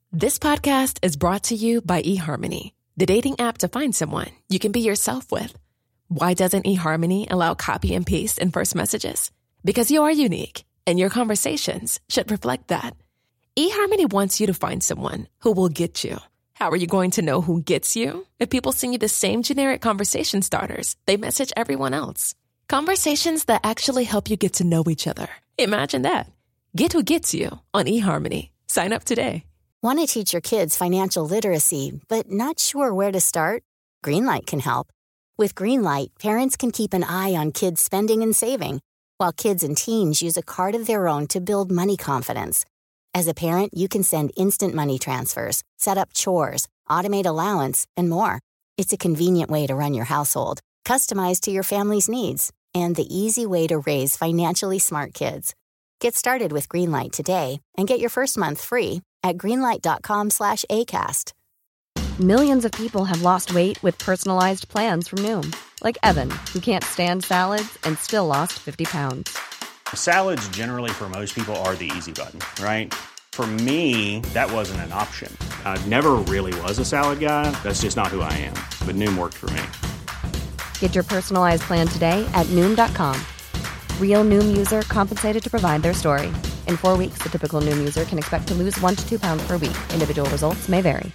This podcast is brought to you by eHarmony, the dating app to find someone you can be yourself with. Why doesn't eHarmony allow copy and paste in first messages? Because you are unique, and your conversations should reflect that. eHarmony wants you to find someone who will get you. How are you going to know who gets you? If people send you the same generic conversation starters they message everyone else. Conversations that actually help you get to know each other. Imagine that. Get who gets you on eHarmony. Sign up today. Want to teach your kids financial literacy, but not sure where to start? Greenlight can help. With Greenlight, parents can keep an eye on kids' spending and saving, while kids and teens use a card of their own to build money confidence. As a parent, you can send instant money transfers, set up chores, automate allowance, and more. It's a convenient way to run your household, customized to your family's needs, and the easy way to raise financially smart kids. Get started with Greenlight today and get your first month free at greenlight.com/ACAST. Millions of people have lost weight with personalized plans from Noom. Like Evan, who can't stand salads and still lost 50 pounds. Salads generally for most people are the easy button, right? For me, that wasn't an option. I never really was a salad guy. That's just not who I am. But Noom worked for me. Get your personalized plan today at Noom.com. Real Noom user compensated to provide their story. In 4 weeks, the typical Noom user can expect to lose 1 to 2 pounds per week. Individual results may vary.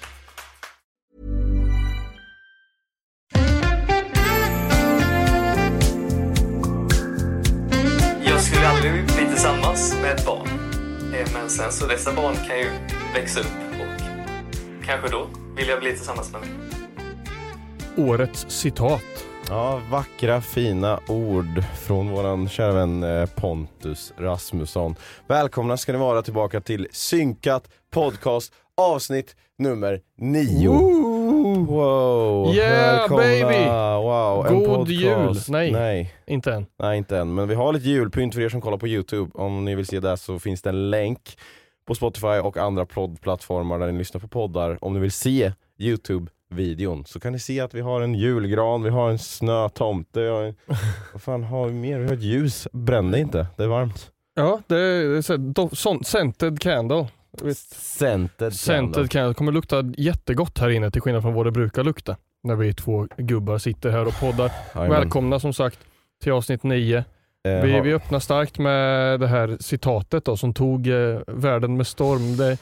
Jag skulle aldrig bli tillsammans med ett barn. Men sen så dessa barn kan ju växa upp och kanske då vill jag bli tillsammans med mig. Årets citat. Ja, vackra, fina ord från våran kära vän Pontus Rasmusson. Välkomna ska ni vara tillbaka till Synkat podcast, avsnitt nummer 9. Wow, Yeah, välkomna. baby. Wow, en God podcast. jul. Nej, inte än. Men vi har lite julpynt för er som kollar på YouTube. Om ni vill se det så finns det en länk på Spotify och andra poddplattformar där ni lyssnar på poddar. Om ni vill se YouTube-videon så kan ni se att vi har en julgran, vi har en snötomte, vad fan har vi mer? Vi har ett ljus, brände inte, det är varmt. Ja, det är scented candle. Scented candle kommer lukta jättegott här inne till skillnad från vad det brukar lukta när vi 2 gubbar sitter här och poddar. Välkomna som sagt till avsnitt 9. Vi öppnar starkt med det här citatet då, som tog världen med storm.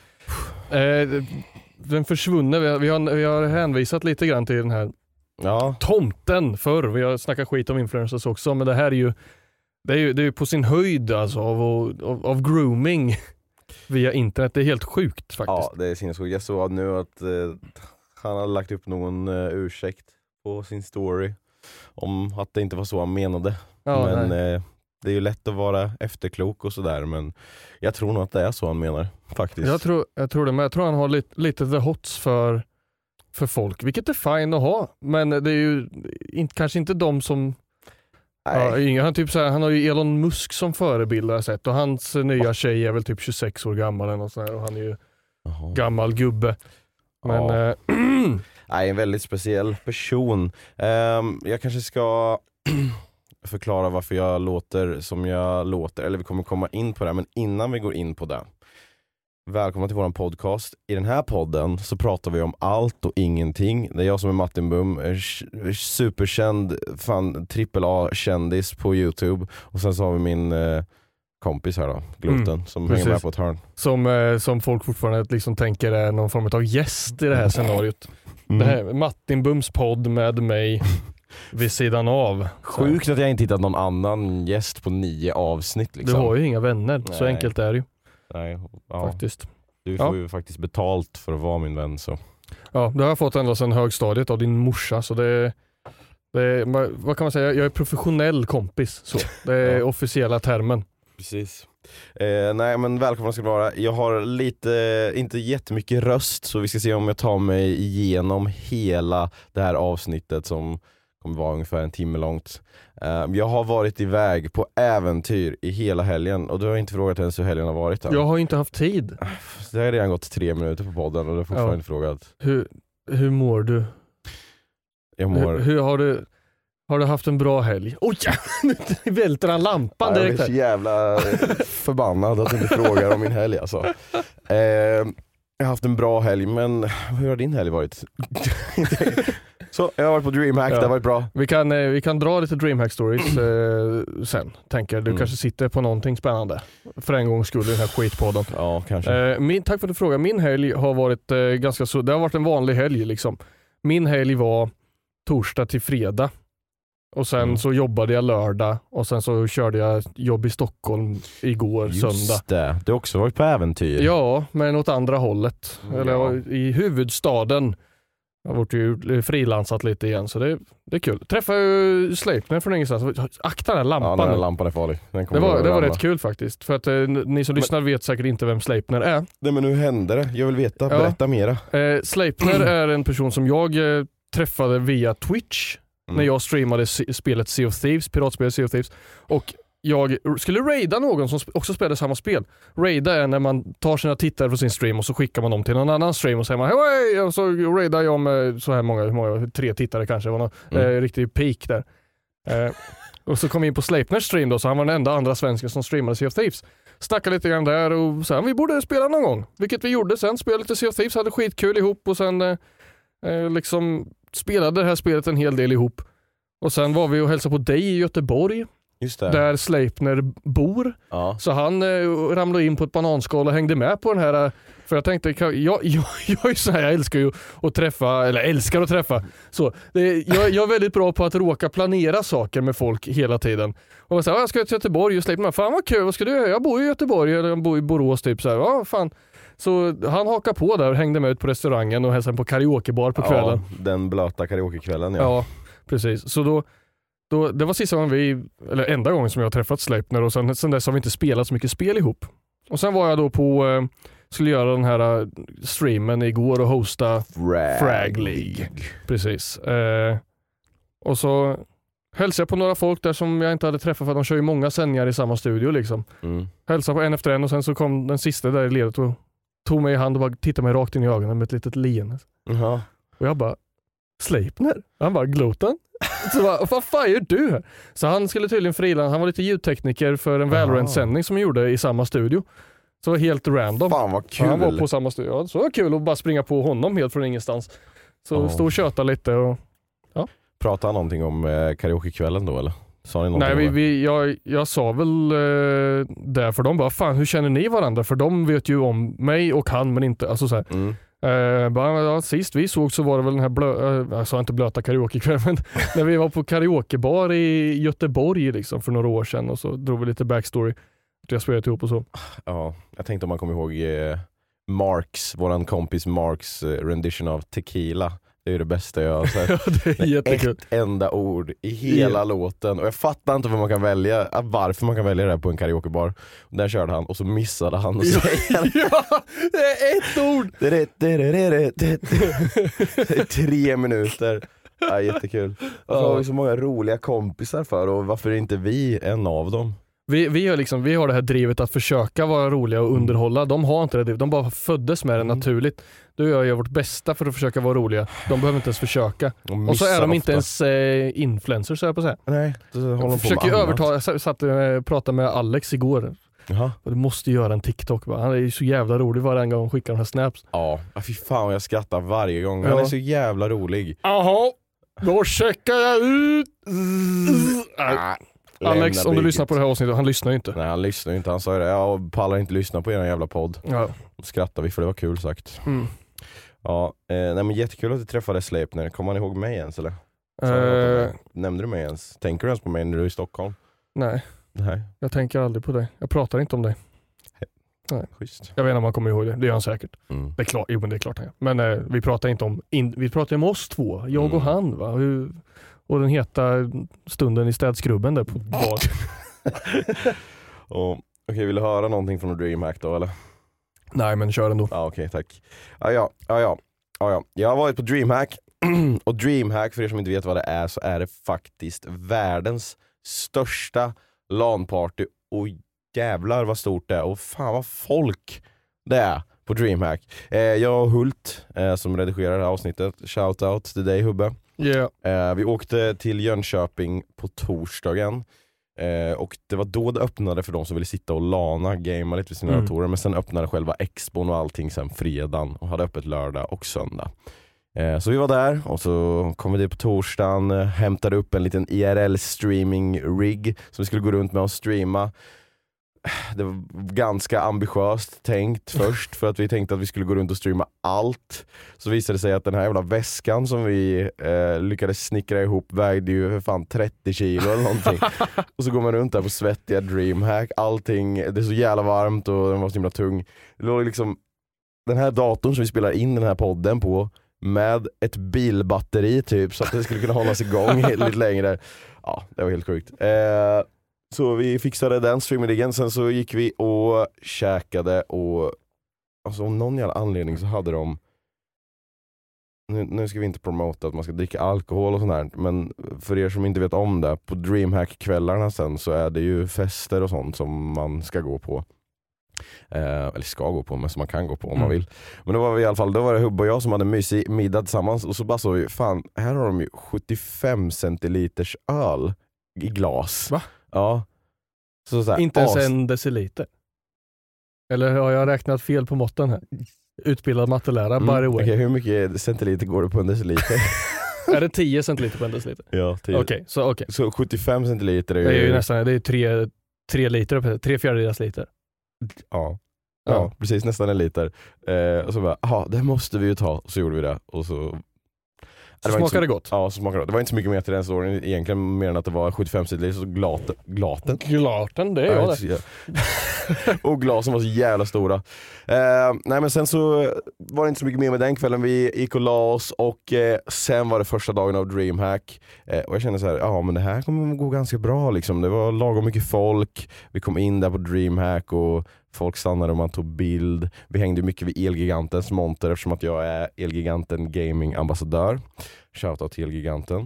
Den försvunne, vi har hänvisat lite grann till den här tomten förr. Vi har snackat skit om influencers också, men det här är ju det är ju på sin höjd alltså av grooming via internet. Det är helt sjukt faktiskt. Ja, det är sinnessjukt. Jag såg nu att han hade lagt upp någon ursäkt på sin story om att det inte var så han menade. Ja, men det är ju lätt att vara efterklok och sådär, men jag tror nog att det är så han menar faktiskt. Jag tror det, men jag tror han har lite the hots för folk, vilket är fine att ha, men det är ju kanske inte de som han typ så här, han har ju Elon Musk som förebild har jag sett, och hans nya tjej är väl typ 26 år gammal eller något sånt där, och han är ju gammal gubbe. Men en väldigt speciell person. Jag kanske ska förklara varför jag låter som jag låter, eller vi kommer komma in på det, men innan vi går in på det, välkomna till våran podcast. I den här podden så pratar vi om allt och ingenting. Det är jag som är Martin Bum, superkänd AAA-kändis på YouTube, och sen så har vi min kompis här då, Gloten, som hänger med på ett hörn. Som folk fortfarande liksom tänker är någon form av gäst i det här scenariot. Det här Martin Bums podd med mig vid sidan av. Sjukt att jag inte hittat någon annan gäst på 9 avsnitt liksom. Du har ju inga vänner, så enkelt är det ju. Nej, faktiskt. Du får ju faktiskt betalt för att vara min vän så. Ja, det har jag fått ända sedan högstadiet av din morsa, så det vad kan man säga, jag är professionell kompis så. Det är officiella termen. Precis. Nej, men välkomna ska det vara. Jag har inte jättemycket röst, så vi ska se om jag tar mig igenom hela det här avsnittet som kommer vara ungefär 1 timme långt. Jag har varit iväg på äventyr i hela helgen, och du har inte frågat ens hur helgen har varit. Jag har inte haft tid. Det har redan gått 3 minuter på podden och du har fortfarande inte frågat. Hur mår du? Jag mår... Hur har du haft en bra helg? Oj, nu välter han lampan direkt. Jag är så jävla förbannad att du inte frågar om min helg alltså. Jag har haft en bra helg, men hur har din helg varit? Så, jag har varit på DreamHack, det har varit bra. Vi kan dra lite DreamHack stories sen, tänker du kanske sitter på någonting spännande för en gångs skull i den här skitpodden. Ja, kanske. Tack för att du frågar. Min helg har varit ganska så, det har varit en vanlig helg liksom. Min helg var torsdag till fredag. Och sen så jobbade jag lördag och sen så körde jag jobb i Stockholm igår, söndag. Just det, du har också varit på äventyr. Ja, men åt andra hållet. Eller i huvudstaden. Jag har varit ju frilansat lite igen, så det är kul. Träffade ju Sleipner från ingenstans. Akta den här lampan. Ja, den här lampan är farlig. Det var rätt kul faktiskt. För att ni som lyssnar vet säkert inte vem Sleipner är. Nej, men hur hände det? Jag vill veta, berätta mera. Sleipner är en person som jag träffade via Twitch. När jag streamade spelet Sea of Thieves, piratspelet Sea of Thieves. Och jag skulle raida någon som också spelade samma spel. Raida är när man tar sina tittare från sin stream och så skickar man dem till någon annan stream och säger man hej, och så raidar jag med så här många 3 tittare kanske. Det var någon riktig peak där. Och så kom vi in på Sleipners stream då, så han var den enda andra svensken som streamade Sea of Thieves. Snackade lite grann där och sen vi borde spela någon gång. Vilket vi gjorde sen, spelade lite Sea of Thieves, hade skitkul ihop och sen liksom spelade det här spelet en hel del ihop. Och sen var vi och hälsade på dig i Göteborg. Just det. Där Sleipner bor. Ja. Så han ramlade in på ett bananskal och hängde med på den här. För jag tänkte, jag är så här, jag älskar ju att träffa, eller älskar att träffa. Så, jag är väldigt bra på att råka planera saker med folk hela tiden. Och jag sa, jag ska till Göteborg och Sleipner, fan vad kul, vad ska du göra? Jag bor i Göteborg, eller jag bor i Borås typ så här. Ja, fan. Så han hakade på där och hängde med ut på restaurangen och hälsade på karaokebar på kvällen. Ja, den blöta karaokekvällen, ja, precis. Så då det var sista gången eller enda gången som jag har träffat Sleipner och sen dess har vi inte spelat så mycket spel ihop. Och sen var jag då skulle göra den här streamen igår och hosta Frag League. Precis. Och så hälsade jag på några folk där som jag inte hade träffat, för att de kör ju många sändningar i samma studio liksom. Hälsade på en efter en och sen så kom den sista där i ledet och tog mig i hand och bara tittade mig rakt in i ögonen med ett litet leende. Och jag bara, Sleipner? Han bara, gloten? Så bara, vad fan gör du här? Så han skulle tydligen frilans, han var lite ljudtekniker för en Valorant-sändning som gjorde i samma studio. Så det var helt random. Fan vad kul. Han var på samma studio. Ja, så var det kul att bara springa på honom helt från ingenstans. Så stod och köta lite och Pratade han någonting om karaokekvällen då eller? Sa ni någonting? Nej, jag sa väl där för de bara, fan hur känner ni varandra? För de vet ju om mig och han, men inte, alltså så här. Sist vi såg så var det väl den här jag sa inte blöta karaokekväll, men när vi var på karaokebar i Göteborg liksom för några år sedan och så drog vi lite backstory. Jag spelade ihop och så. Ja, jag tänkte om man kommer ihåg våran kompis Marks rendition av Tequila. Det är det bästa jag har sett. Ja, det är jättekul. Ett enda ord i hela låten. Och jag fattar inte varför man kan välja det här på en karaokebar. Och där körde han och så missade han och säga det är ett ord. Det är 3 minuter. Ja, jättekul. Varför har vi så många roliga kompisar för och varför är inte vi en av dem? Vi har det här drivet att försöka vara roliga och underhålla. De har inte det drivet. De bara föddes med det naturligt. Du och jag gör vårt bästa för att försöka vara roliga. De behöver inte ens försöka. Och så är de inte ens influencers, så jag på att säga. Nej, de försöker ju övertala. Jag satt och pratade med Alex igår. Du måste göra en TikTok. Han är ju så jävla rolig varje gång han skickar de här snaps. Ja, fy fan jag skrattar varje gång. Han är så jävla rolig. Jaha, då checkar jag ut. Alex, om du lyssnar på det här avsnittet, han lyssnar ju inte. Nej, han lyssnar ju inte. Han sa ju det, jag pallar inte lyssna på er jävla podd. Ja. Då skrattar vi för det var kul sagt. Ja, nej men jättekul att du träffade Sleipner. Kommer han ihåg mig ens eller? Nämnde du mig ens? Tänker du ens på mig när du är i Stockholm? Nej. Jag tänker aldrig på dig. Jag pratar inte om dig. Nej. Schysst. Jag vet inte om han kommer ihåg det. Det gör han säkert. Det är klart, men det är klart han gör. Men vi pratar inte om vi pratar om oss två. Jag och han va. Och den heta stunden i städskrubben där på bar. Okej, vill du höra någonting från DreamHack då eller? Nej, men kör ändå. Ja, okej, tack. Ja. Jag har varit på DreamHack. Och DreamHack, för er som inte vet vad det är, så är det faktiskt världens största LAN-party. Och jävlar vad stort det är. Och fan vad folk det är på DreamHack. Jag och Hult som redigerar det här avsnittet. Shoutout till dig Hubbe. Yeah. Vi åkte till Jönköping på torsdagen. Och det var då det öppnade för de som ville sitta och lana, gamea lite vid sina datorer. Men sen öppnade själva expon och allting sen fredagen och hade öppet lördag och söndag. Så vi var där och så kom vi dit på torsdagen, hämtade upp en liten IRL-streaming-rig som vi skulle gå runt med och streama. Det var ganska ambitiöst tänkt först för att vi tänkte att vi skulle gå runt och streama allt. Så visade det sig att den här jävla väskan som vi lyckades snickra ihop vägde ju för fan 30 kilo eller någonting. Och så går man runt där på svettiga DreamHack, allting, det är så jävla varmt och den var så himla tung. Det låg liksom den här datorn som vi spelar in den här podden på med ett bilbatteri typ så att det skulle kunna hållas igång lite längre. Ja, det var helt sjukt. Så vi fixade den streamingen, sen så gick vi och käkade och alltså om någon jävla anledning så hade de nu ska vi inte promota att man ska dricka alkohol och sånt här, men för er som inte vet om det, på DreamHack-kvällarna sen så är det ju fester och sånt som man ska gå på. Eller ska gå på, men som man kan gå på om man vill. Men då var vi i alla fall, då var det Hubbe och jag som hade mysig middag tillsammans och så bara så vi, fan, här har de ju 75 centiliters öl i glas. Va? Ja. Så här, inte ens en deciliter. Eller har jag räknat fel på måtten här? Utbildad mattelärare, by the way. Okay, hur mycket centiliter går det på en deciliter? Är det 10 centiliter på en deciliter? Ja, 10. Okej. Så 75 centiliter är ju... Det är ju nästan, det är 3 liter, 3/4 liter. Ja, precis, nästan en liter. Och så bara, det måste vi ju ta. Så gjorde vi det. Och så... Så smakade det gott? Ja, så smakade det. Det var inte så mycket mer till den storyn egentligen, mer än att det var 75 centiliter, så glaten, det är jag det. Och glasen var så jävla stora. Nej, men sen så var det inte så mycket mer med den kvällen. Vi gick och la oss och sen var det första dagen av DreamHack. Och jag kände så här, men det här kommer gå ganska bra liksom. Det var lagom mycket folk. Vi kom in där på DreamHack och folk stannade och man tog bild. Vi hängde mycket vid Elgigantens monter eftersom att jag är Elgiganten gaming-ambassadör. Shoutout till Elgiganten.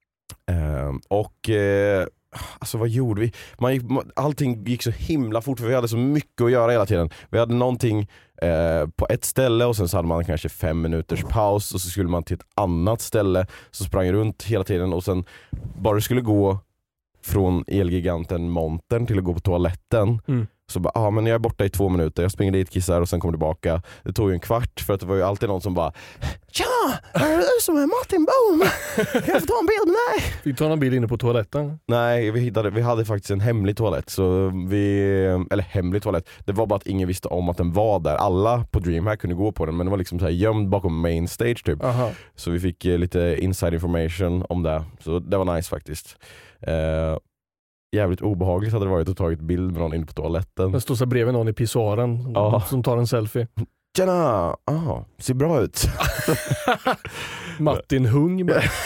Alltså vad gjorde vi? Allting gick så himla fort för vi hade så mycket att göra hela tiden. Vi hade någonting på ett ställe och sen så hade man kanske 5 minuters paus och så skulle man till ett annat ställe, så sprang runt hela tiden och sen bara du skulle gå från Elgiganten montern till att gå på toaletten. Så bara, men jag är borta i 2 minuter. Jag springer dit, kissar och sen kommer tillbaka. Det tog ju en kvart för att det var ju alltid någon som bara, tja, är det du som är Martin Bohm? Kan jag få ta en bild med dig? Fick du ta en bild inne på toaletten? Nej, vi hade faktiskt en hemlig toalett. Eller hemlig toalett. Det var bara att ingen visste om att den var där. Alla på DreamHack kunde gå på den, men det var liksom så här gömd bakom main stage typ. Aha. Så vi fick lite inside information om det. Så det var nice faktiskt. Jävligt obehagligt hade det varit att ta ett bild med någon inne på toaletten. Den står så bredvid någon i pissoaren som tar en selfie. Tjena! Ser bra ut. Martin Hung.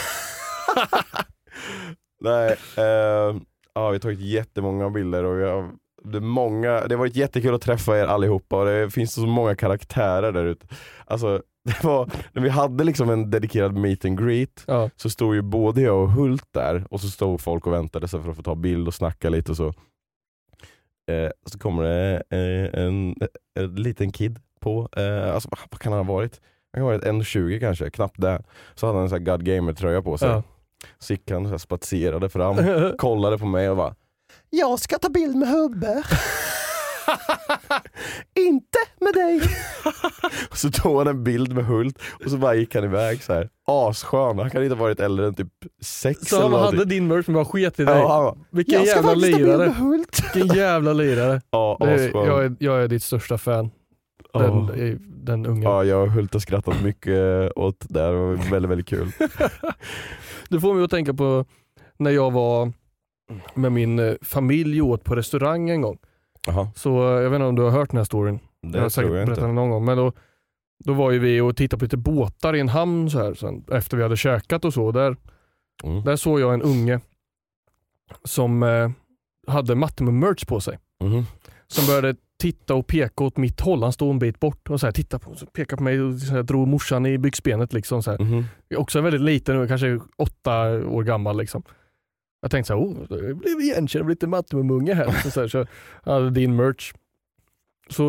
Nej, vi har tagit jättemånga bilder och det har varit jättekul att träffa er allihopa och det finns så många karaktärer där ute. Alltså, det var, när vi hade liksom en dedikerad meet and greet så stod ju både jag och Hult där och så stod folk och väntade sig för att få ta bild och snacka lite och så. Så kommer det en liten kid på, alltså vad kan han ha varit? Han kan ha varit 1,20 kanske, knappt det. Så hade han en sån här God Gamer-tröja på sig. Så gick han så här, spatserade fram, kollade på mig och bara, jag ska ta bild med Hubbe. Inte med dig. Och så tog han en bild med Hult och så bara gick han iväg så här. Asskön, han kan inte ha varit äldre än typ 6 så eller han hade din merch men bara sket i dig. Vilken jävla lirare. Ja, jag är ditt största fan. Den unga. Ja, jag och Hult har skrattat mycket åt det där. Det var väldigt, väldigt kul. Du får mig att tänka på när jag var med min familj åt på restaurang en gång. Aha. Så jag vet inte om du har hört den här storyn. Det jag har säkert berättat den någon gång. Men då var ju vi och tittade på lite båtar i en hamn så här, sen, efter vi hade käkat och så. Där såg jag en unge som hade matte med merch på sig. Som började titta och peka åt mitt håll. Han stod en bit bort och så här, titta på, så pekade på mig och så här, drog morsan i byxbenet liksom så här. Också väldigt liten, kanske 8 år gammal liksom. Jag tänkte så här, det blev igenkänd lite matte med munga här. Så hade din merch. Så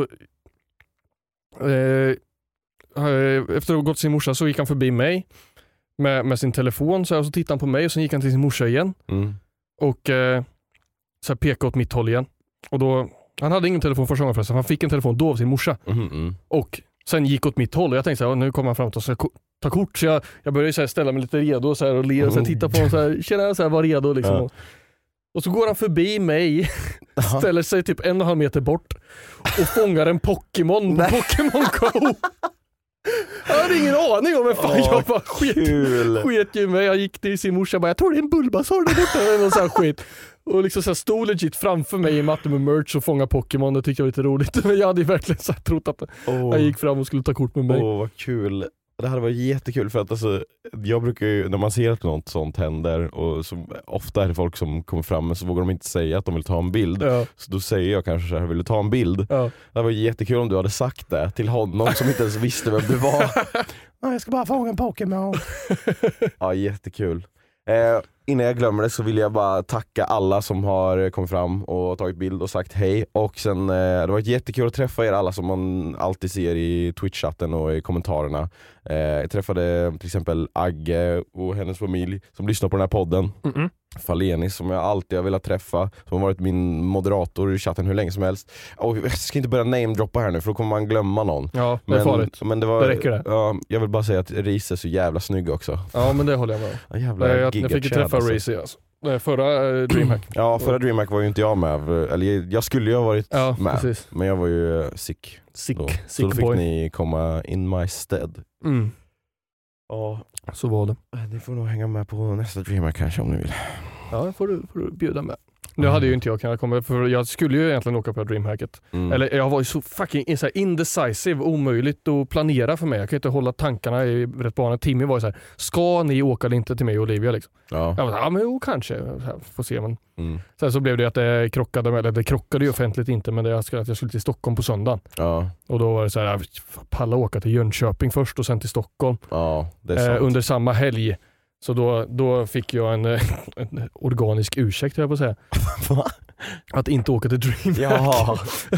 efter att ha gått till sin morsa så gick han förbi mig med sin telefon så tittade han på mig och så gick han till sin morsa igen. Och så här pekade åt mitt håll igen. Och då, han hade ingen telefon första gången förresten. Han fick en telefon då av sin morsa. Och sen gick åt mitt håll. Och jag tänkte så här, nu kommer han fram och så ta kort. Så jag började så här, ställa mig lite redo så här, och le och så här, titta på honom så här, känna så här, var redo liksom. Ja. Och så går han förbi mig, ställer sig typ 1,5 meter bort och fångar en Pokémon på Pokémon Go. Jag hade ingen aning om jag bara sket ju mig. Jag gick till sin morsa och bara, jag tror det är en Bulbasaur där borta eller någon sån här skit. Och liksom så här stod legit framför mig i matte med merch och fånga Pokémon. Det tyckte jag var lite roligt. Men jag hade ju verkligen så här trott att han gick fram och skulle ta kort med mig. Vad kul. Det hade varit jättekul för att alltså, jag brukar ju, när man ser att något sånt händer och så, ofta är det folk som kommer fram men så vågar de inte säga att de vill ta en bild. Så då säger jag kanske så här, vill du ta en bild? Det var jättekul om du hade sagt det till honom som inte ens visste vem du var. Jag ska bara fånga en Pokémon. Ja, jättekul. Innan jag glömmer det så vill jag bara tacka alla som har kommit fram och tagit bild och sagt hej. Och sen det var jättekul att träffa er alla som man alltid ser i Twitch-chatten och i kommentarerna. Jag träffade till exempel Agge och hennes familj som lyssnar på den här podden. Falenis som jag alltid har velat träffa, som har varit min moderator i chatten hur länge som helst. Och jag ska inte börja namedroppa här nu för då kommer man glömma någon. Ja, det är farligt. Men det räcker det. Ja, jag vill bara säga att Reese är så jävla snygg också. Ja, men det håller jag med. Jag fick ju träffa Reese alltså. Förra DreamHack. Ja, förra DreamHack var ju inte jag med. Eller jag skulle ju ha varit med. Precis. Men jag var ju sick. Så då fick ni komma in my stead. Ja, så var det. Ni får nog hänga med på nästa DreamHack kanske om ni vill. Ja, får du bjuda med. Nu hade ju inte jag kunnat komma, för jag skulle ju egentligen åka på DreamHacket. Eller jag var ju så fucking så här indecisive, omöjligt att planera för mig. Jag kan inte hålla tankarna i rätt bana. Timmy var ju så här, ska ni åka eller inte till mig och Olivia liksom? Jag var så här, men kanske. Får se. Men. Sen så blev det att det krockade, eller det krockade ju offentligt inte, men att jag skulle till Stockholm på söndagen. Och då var det så här, palla åka till Jönköping först och sen till Stockholm. Det är sant. Under samma helg. Så då fick jag en organisk ursäkt, jag på att säga. Att inte åka till DreamHack.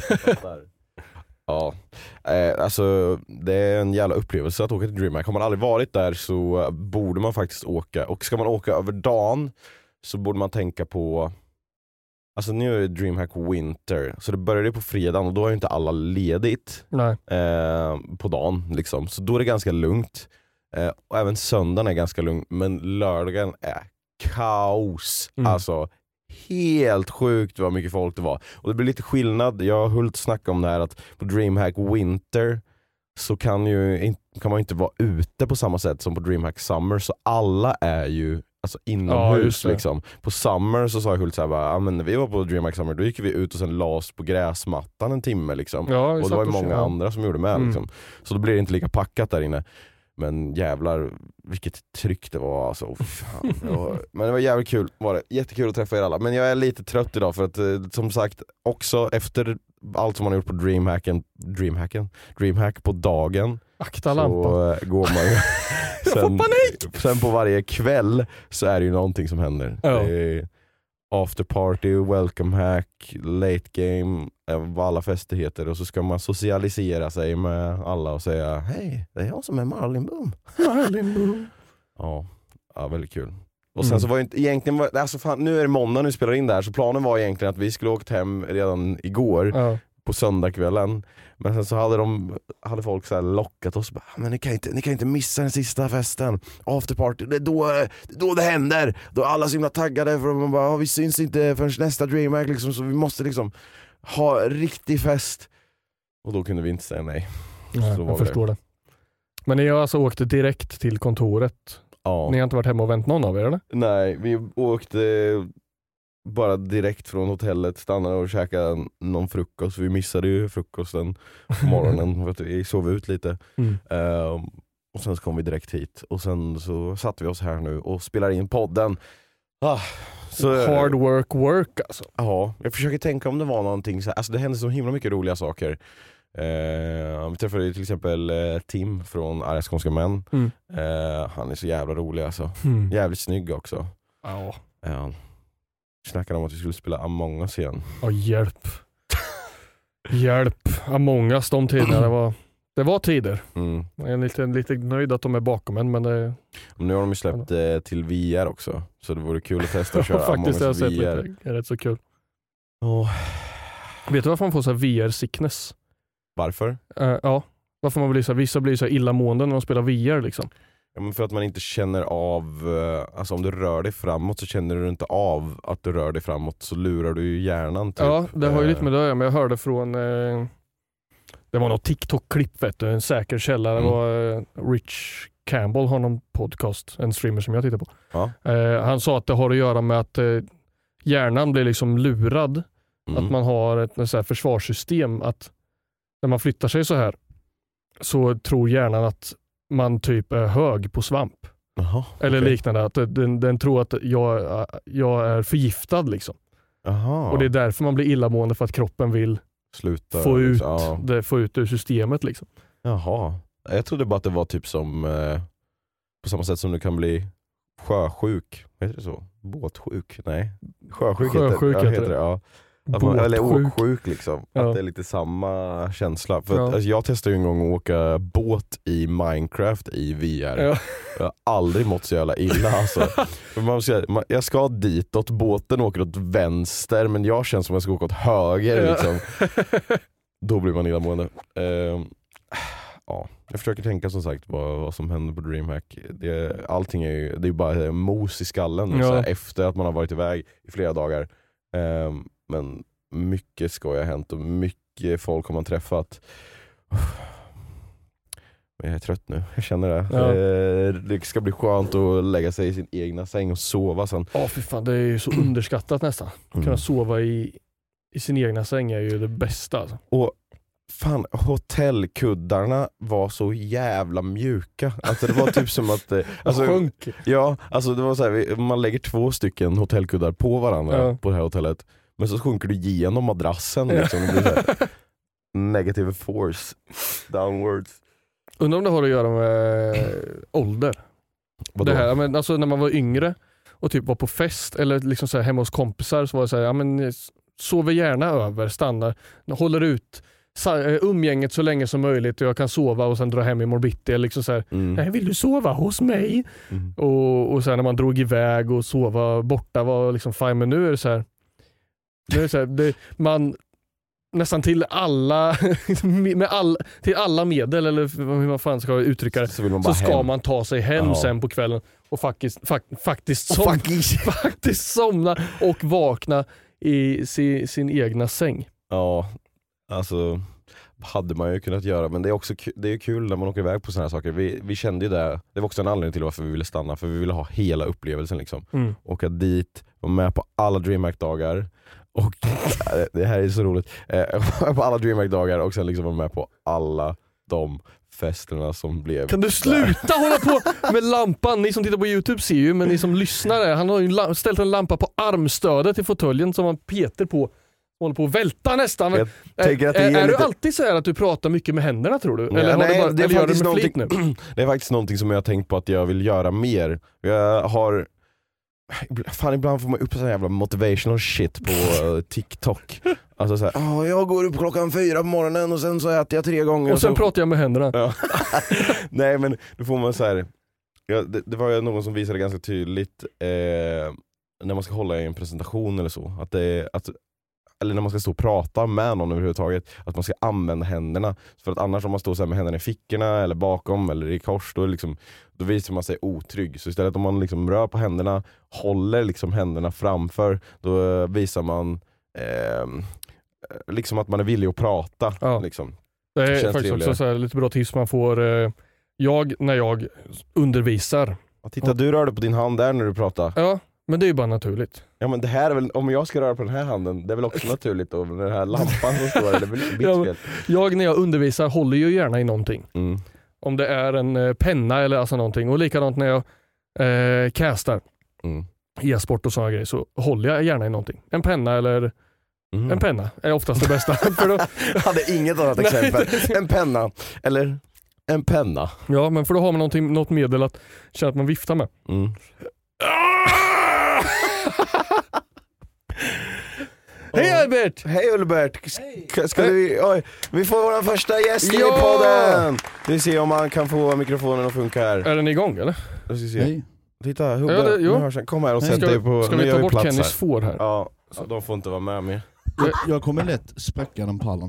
Ja, alltså det är en jävla upplevelse att åka till DreamHack. Har man aldrig varit där så borde man faktiskt åka. Och ska man åka över dagen så borde man tänka på, alltså nu är det DreamHack Winter, så det började på fredagen och då är inte alla ledigt. På dagen liksom. Så då är det ganska lugnt. Och även söndagen är ganska lugn, men lördagen är kaos. Alltså helt sjukt vad mycket folk det var. Och det blir lite skillnad. Jag har Hult snackat om det här att på DreamHack Winter så kan man inte vara ute på samma sätt som på DreamHack Summer, så alla är ju alltså inomhus liksom. På Summer så sa jag Hult så här bara, men när vi var på DreamHack Summer då gick vi ut och sen la oss på gräsmattan en timme liksom. Och det var ju många andra som gjorde med liksom. Så då blir det inte lika packat där inne. Men jävlar vilket tryck det var alltså. Fan, men det var jävligt kul, var det. Jättekul att träffa er alla. Men jag är lite trött idag för att som sagt också efter allt som man har gjort på DreamHack på dagen. Akta lampan. Så går man ju sen på varje kväll så är det ju någonting som händer. Det är after party, welcome hack, late game, vad alla fester heter, och så ska man socialisera sig med alla och säga hej, det är jag som är Marlin Boom. Ja, väldigt kul. Och sen så var ju inte egentligen, alltså fan, nu är det måndag nu spelar in där, så planen var egentligen att vi skulle åkt hem redan igår på söndagskvällen. Men sen så hade folk så här lockat oss, men ni kan inte missa den sista festen, afterparty, det är då det händer, då är alla så himla taggade för man bara, vi syns inte förrän nästa DreamHack liksom, så vi måste liksom ha riktig fest. Och då kunde vi inte säga nej. Jag förstår det. Men ni har alltså åkt direkt till kontoret? Ni har inte varit hemma och vänt någon av er eller? Nej, vi åkte bara direkt från hotellet, stannade och käkade någon frukost. Vi missade ju frukosten på morgonen för att vi sov ut lite. Och sen så kom vi direkt hit. Och sen så satte vi oss här nu och spelar in podden. Så, hard work alltså. Ja, jag försöker tänka om det var någonting så här. Alltså det hände så himla mycket roliga saker. Vi träffade till exempel Tim från Arga Skånska Män. Han är så jävla rolig alltså. Jävligt snygg också. Snackade om att vi skulle spela Among Us igen. Hjälp. Hjälp. Among Us, de tiderna det var tider. Jag är lite nöjd att de är bakom en, men det... Nu har de ju släppt till VR också. Så det vore kul att testa att köra Among Us VR. Det är rätt så kul. Vet du varför man får så här VR-sickness? Varför? Ja, varför man blir så här, vissa blir så här illamående när de spelar VR liksom. Ja, men för att man inte känner av, alltså om du rör dig framåt så känner du inte av att du rör dig framåt, så lurar du ju hjärnan typ. Ja, det har ju lite med det, men jag hörde från det var något TikTok-klipp, vet du, en säker källa. Det var Rich Campbell har någon podcast, en streamer som jag tittar på. Ja. Han sa att det har att göra med att hjärnan blir liksom lurad. Att man har ett så här försvarssystem, att när man flyttar sig så här så tror hjärnan att man typ är hög på svamp. Aha, eller liknande, att den tror att jag är förgiftad liksom. Aha. Och det är därför man blir illamående, för att kroppen vill sluta få ut liksom. det, få ut det ur systemet liksom. Jaha, jag trodde bara att det var typ som på samma sätt som du kan bli sjösjuk, heter det så? Båtsjuk? Nej, sjösjuk heter det. Ja. Att man, eller åksjuk liksom. Ja. Att det är lite samma känsla. För att, alltså, jag testade ju en gång att åka båt i Minecraft i VR. Ja. Jag har aldrig mått så jävla illa alltså. Jag ska ditåt, båten åker åt vänster, men jag känner som att jag ska åka åt höger liksom. Då blir man illamående. Ja, jag försöker tänka som sagt vad som händer på DreamHack. Allting är ju, det är bara mos i skallen så här, efter att man har varit iväg i flera dagar. Men mycket skoj har hänt och mycket folk har man träffat. Men jag är trött nu, jag känner det. Ja. Det ska bli skönt att lägga sig i sin egna säng och sova sen. Ja, för fan, det är ju så underskattat nästan. Kunna sova i sin egna säng är ju det bästa alltså. Och fan, hotellkuddarna var så jävla mjuka. Alltså det var typ som att alltså, ja, alltså det var så här, man lägger 2 stycken hotellkuddar på varandra på det här hotellet, men så sjunker du igenom madrassen liksom. Det blir så här, negative force downwards. Undrar om det har att göra med ålder. Vadå? Det här, men alltså när man var yngre och typ var på fest eller liksom så här, hemma hos kompisar, så var det så här, ja men sover gärna över, stannar, håller ut umgänget så länge som möjligt och jag kan sova och sen dra hem i morbitti liksom så här, nej, vill du sova hos mig? Och sen när man drog iväg och sova borta var liksom fine, men nu är det så här, man nästan till alla till alla medel, eller hur man fan ska uttrycka det, så ska man ta sig hem sen på kvällen och faktiskt somna och vakna i sin egna säng. Ja, alltså hade man ju kunnat göra, men det är också det är kul när man åker iväg på såna här saker. Vi kände ju det var också en anledning till varför vi ville stanna, för vi ville ha hela upplevelsen liksom. Åka dit, vara med på alla DreamHack-dagar och det här är så roligt, på alla DreamHack-dagar och sen liksom vara med på alla de festerna som blev. Kan du sluta hålla på med lampan? Ni som tittar på YouTube ser ju, men ni som lyssnar, han har ju ställt en lampa på armstödet i fåtöljen som han Peter på håller på att välta nästan. Är du alltid så här att du pratar mycket med händerna, tror du? Eller nej, har du bara, gör du med flit nu? Det är faktiskt någonting som jag har tänkt på att jag vill göra mer. Jag har ibland får man upp sån jävla motivational shit på TikTok. Alltså såhär, jag går upp 4:00 på morgonen och sen så äter jag 3 gånger. Och sen pratar jag med händerna. Ja. Nej, men då får man så här. Det var ju någon som visade ganska tydligt när man ska hålla i en presentation eller så, eller när man ska stå och prata med någon överhuvudtaget, att man ska använda händerna. För att annars om man står så här med händerna i fickorna eller bakom eller i kors, då visar man sig otrygg. Så istället om man liksom rör på händerna, håller liksom händerna framför, då visar man liksom att man är villig att prata. Ja. Liksom. Det är faktiskt trevligare. Också så här, lite bra tips man får. När jag undervisar. Titta, du rörde på din hand där när du pratar. Ja. Men det är ju bara naturligt. Ja, men det här är väl, om jag ska röra på den här handen, det är väl också naturligt då, den här lampan som står där, det är väl lite bitspel. Jag när jag undervisar håller ju gärna i någonting. Om det är en penna eller alltså någonting, och likadant när jag castar e-sport och sådana grejer, så håller jag gärna i någonting. En penna eller en penna är oftast det bästa. För då jag hade inget annat exempel. En penna eller en penna. Ja, men för då har man något medel att känna att man viftar med. Hej Albert! Hej Ulbert! Vi får vår första gäst i podden! Vi ser om man kan få mikrofonen att funka här. Är den igång eller? Hej. Titta, Hubbe, kom här och sätt dig på. Ska vi ta bort Kennys får här? Ja, så de får inte vara med mer. Jag kommer lätt spräcka den pallen.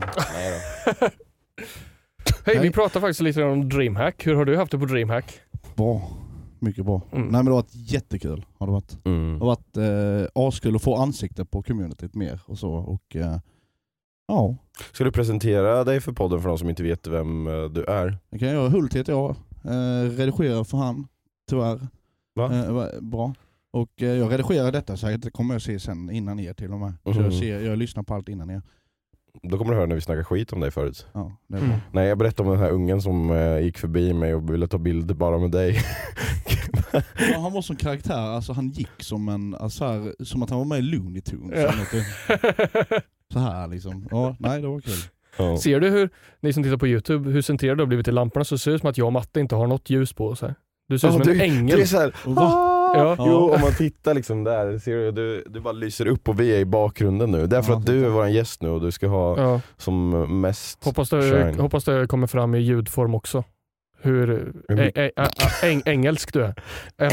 Hej, vi pratar faktiskt lite om DreamHack. Hur har du haft det på DreamHack? Bra. Mycket bra. Nej, men det har varit jättekul. Har det varit. Det har varit askul att få ansikte på communityt mer och så. Och ja. Ska du presentera dig för podden för de som inte vet vem du är? Det kan jag göra. Hult heter jag. Redigerar för han. Tyvärr. Bra. Och jag redigerar detta så det kommer jag se sen innan er till och med. Så jag lyssnar på allt innan er. Då kommer du höra när vi snackar skit om dig förut. Ja, det är bra. Nej, jag berättade om den här ungen som gick förbi mig och ville ta bilder bara med dig. Ja, han var som karaktär, alltså han gick som en som att han var med i Looney Tunes. Så här liksom. Ja, nej, det var kul. Ja. Ser du hur, ni som tittar på YouTube, hur centrerade du har blivit i lamporna, så ser det som att jag och Matte inte har något ljus på. Så här. Du ser ut som en ängel. Det är så här, Jo, om man tittar liksom där ser du bara lyser upp och vi är i bakgrunden nu. Därför att du är vår gäst nu och du ska ha som mest hoppas det kommer fram i ljudform också. Hur engelsk du är. Jag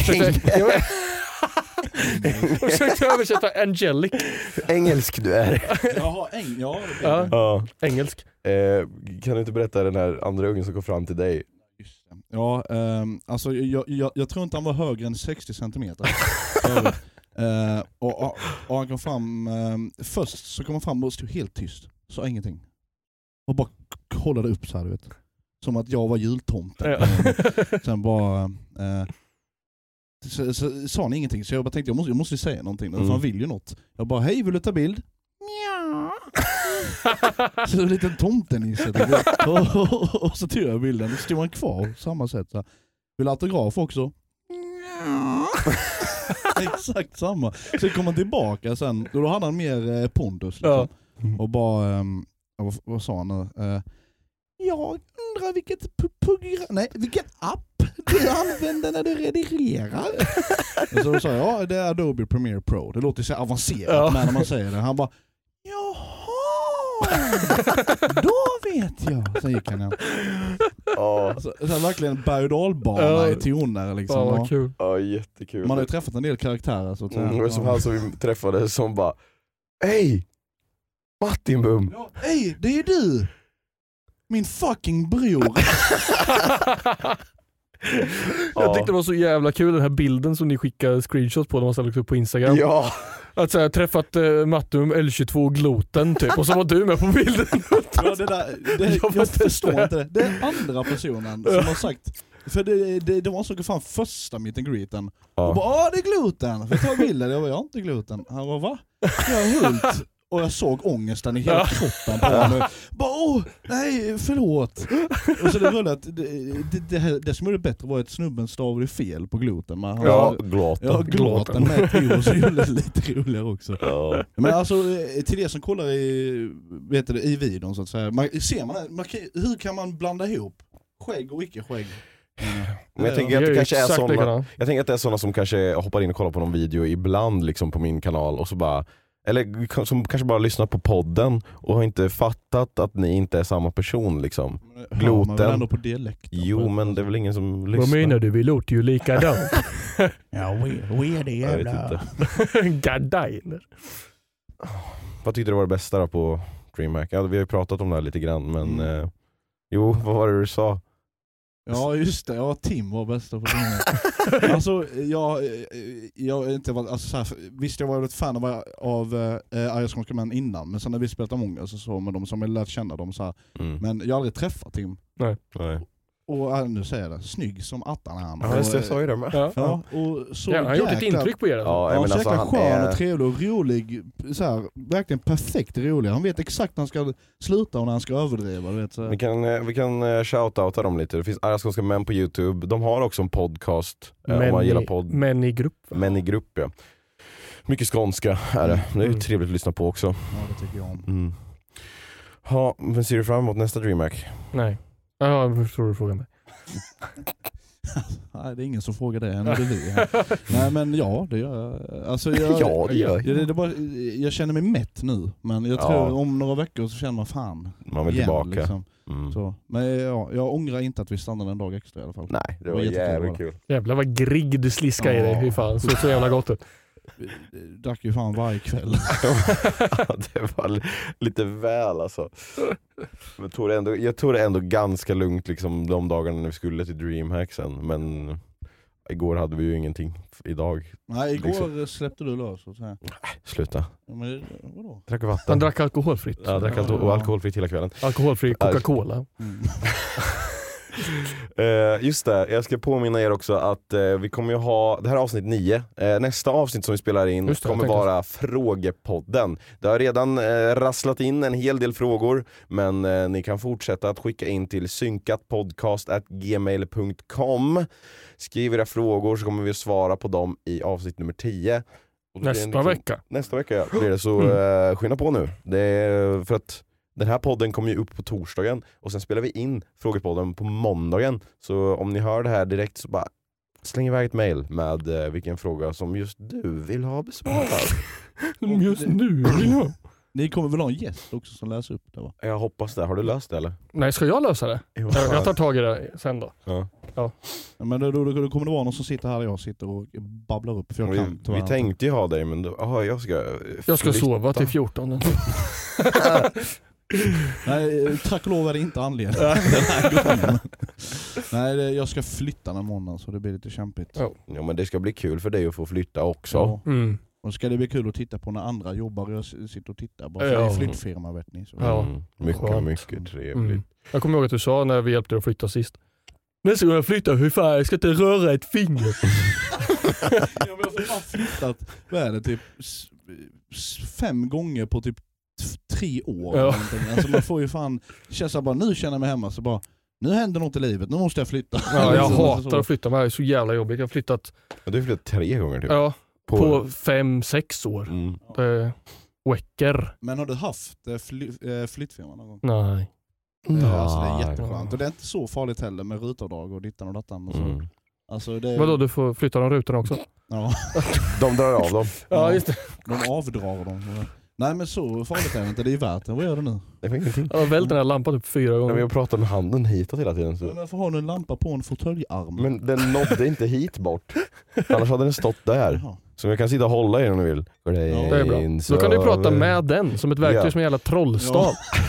försökte översätta angelic. Engelsk du är. Engelsk. Kan du inte berätta den här andra ungen som kom fram till dig? Ja, alltså jag tror inte han var högre än 60 centimeter. Och han kom fram först så kom han fram och stod helt tyst. Så ingenting. Och bara hållade upp så här, du vet. Som att jag var jultomten. Sen bara så sa han ingenting. Så jag bara tänkte jag måste säga någonting. För han vill ju något. Jag bara, hej, vill du ta bild? Ja. Så det är en liten tomtenisse. Och så tog jag bilden. Då stod han kvar på samma sätt. Så. Vill autograf också? Ja. Exakt samma. Så kom han tillbaka sen. Då hade han mer pondus. Liksom. Och bara, vad sa han nu? Jag undrar vilket program, nej, vilken app du använder när du redigerar. Och så sa jag, det är Adobe Premiere Pro. Det låter så avancerat när man säger det. Han bara, jaha, då vet jag. Så gick han igen. Så verkligen berg- och dalbana i toner liksom. Vad kul. Jättekul. Man har ju träffat en del karaktärer så att säga. Som han som vi träffade som bara, hej, Martin Bum. Hej, det är du. Min fucking bror. Jag tyckte det var så jävla kul den här bilden som ni skickade screenshots på när man ställde upp på Instagram. Ja. Att så här, träffat Mattum L22 Gloten typ. Och så var du med på bilden. Ja, jag förstår inte det. Det är andra personen som har sagt. För det var som fan första meet and greeten. Och bara, det är gluten. För jag tar bilder. Jag var inte gluten. Han var, va? Jag är Hult. Och jag såg ångesten i hela kroppen på honom. Bara, nej, förlåt. Och så det rullade att det som gjorde bättre var att snubben stavade fel på gluten. Gluten med Theo, så gjorde det lite roligare också. Ja. Men alltså, till det som kollar i videon så att säga. Hur kan man blanda ihop skägg och icke-skägg? Men jag tänker att det kanske är såna. Jag tänker att det är såna som kanske hoppar in och kollar på någon video ibland liksom på min kanal och så bara, eller som kanske bara lyssnat på podden och har inte fattat att ni inte är samma person liksom. Gloten. Man ändå på dialekt. Jo, men det är väl ingen som lyssnar. Vad menar du? Vi låter ju likadant. Ja, we är det jävla. Gardiner. Vad tyckte du var det bästa då på DreamHack? Ja, vi har ju pratat om det här lite grann, men jo, vad var det du sa? Ja, just det. Ja, Tim var bästa på det. Alltså, jag inte var, alltså, så här, visst jag var ett fan av Arga Skånska Män innan, men sen när vi spelade Among Us så med dem som jag lärt känna dem så här. Men jag har aldrig träffat Tim. Nej. Och nu säger jag det, snygg som attan han. Ja, jag sa ju det med. Ja, och så han har gjort ett intryck på er. Ja, så jäkla skön och trevlig och rolig. Så här, verkligen perfekt rolig. Han vet exakt när han ska sluta och när han ska överdriva. Vet, så. Vi kan shoutouta dem lite. Det finns Arga Skånska Män på YouTube. De har också en podcast. Om man gillar podd. Män i grupp. Män i grupp, ja. Mycket skånska är det. Det är ju trevligt att lyssna på också. Ja, det tycker jag om. Ja, men ser du fram emot nästa DreamHack? Nej. Ja, jag förstår du frågar mig. Nej, det är ingen som frågar det än, det är vi. Nej, men ja, det gör jag. Alltså, det gör jag känner mig mätt nu, men jag tror om några veckor så känner man fan. Man vill tillbaka. Liksom. Så. Men jag ångrar inte att vi stannade en dag extra i alla fall. Nej, det var jävligt kul. Jävlar vad grigg du sliskar i dig. Hur fan, så jävla gott ut. drack ju fan varje kväll. Det var lite väl alltså. Men jag tog det ändå ganska lugnt liksom, de dagarna när vi skulle till Dreamhack sen. Men igår hade vi ju ingenting. Idag. Nej, igår liksom. släppte du lös så att säga. Sluta. Ja, men vadå? Drack vatten. Han drack alkoholfritt. Ja, drack alkoholfritt hela kvällen. Alkoholfri Coca-Cola. Just det, jag ska påminna er också att vi kommer ju ha, det här är avsnitt 9, nästa avsnitt som vi spelar in kommer vara frågepodden. Det har redan rasslat in en hel del frågor, men ni kan fortsätta att skicka in till synkatpodcast@gmail.com. Skriv era frågor så kommer vi att svara på dem i avsnitt nummer 10. Nästa vecka. Nästa vecka blir det, så skynda på nu. Det är för att den här podden kommer ju upp på torsdagen och sen spelar vi in frågepodden på måndagen. Så om ni hör det här direkt så bara släng iväg ett mejl med vilken fråga som just du vill ha besvarad. Just nu vill jag. Ni kommer väl ha en gäst också som läser upp det, va? Jag hoppas det. Har du löst det eller? Nej, ska jag lösa det? Jag tar tag i det sen då. Ja. Men då kommer det vara någon som sitter här och jag sitter och babblar upp. För vi tänkte ju ha dig, men jag ska sova till 14. Nej, tack och lov är det inte anledningen. Nej, jag ska flytta den måndagen så det blir lite kämpigt. Ja, men det ska bli kul för dig att få flytta också. Ja. Och ska det bli kul att titta på när andra jobbar och jag sitter och tittar. Bara för det är flyttfirma, vet ni. Så. Mycket trevligt. Jag kommer ihåg att du sa när vi hjälpte dig att flytta sist. Nästa gång jag flyttar, hur fan, jag ska inte röra ett finger. Jag har flyttat, vad är det, typ 5 gånger på typ 3 år. Ja. Alltså man får ju fan, känns bara, nu känner jag mig hemma så bara, nu händer något i livet, nu måste jag flytta. Ja, jag hatar att flytta, men det är så jävla jobbigt. Jag har flyttat... Ja, du har flyttat 3 gånger typ. Ja, på 5-6 år. Det wecker. Men har du haft flyttfirma någon gång? Nej. Alltså det är jätteskönt. Och det är inte så farligt heller med rutavdrag och dittan och dattan. Och så. Alltså det är... Vadå, du får flytta de rutorna också? Ja. De drar av dem. Ja, just det. De avdrar dem. Nej, men så farligt är det inte. Det är värt det. Vad gör du nu? Det är ingenting. Jag har vält den här lampan upp 4 gånger. Men jag pratar med handen hitåt hela tiden. Så. Men varför har du en lampa på en fåtöljarm? Men den nådde inte hit bort. Annars hade den stått där. Jaha. Så jag kan sitta och hålla i den om du vill. Det är bra. Då kan du prata med den som ett verktyg, som en jävla trollstav.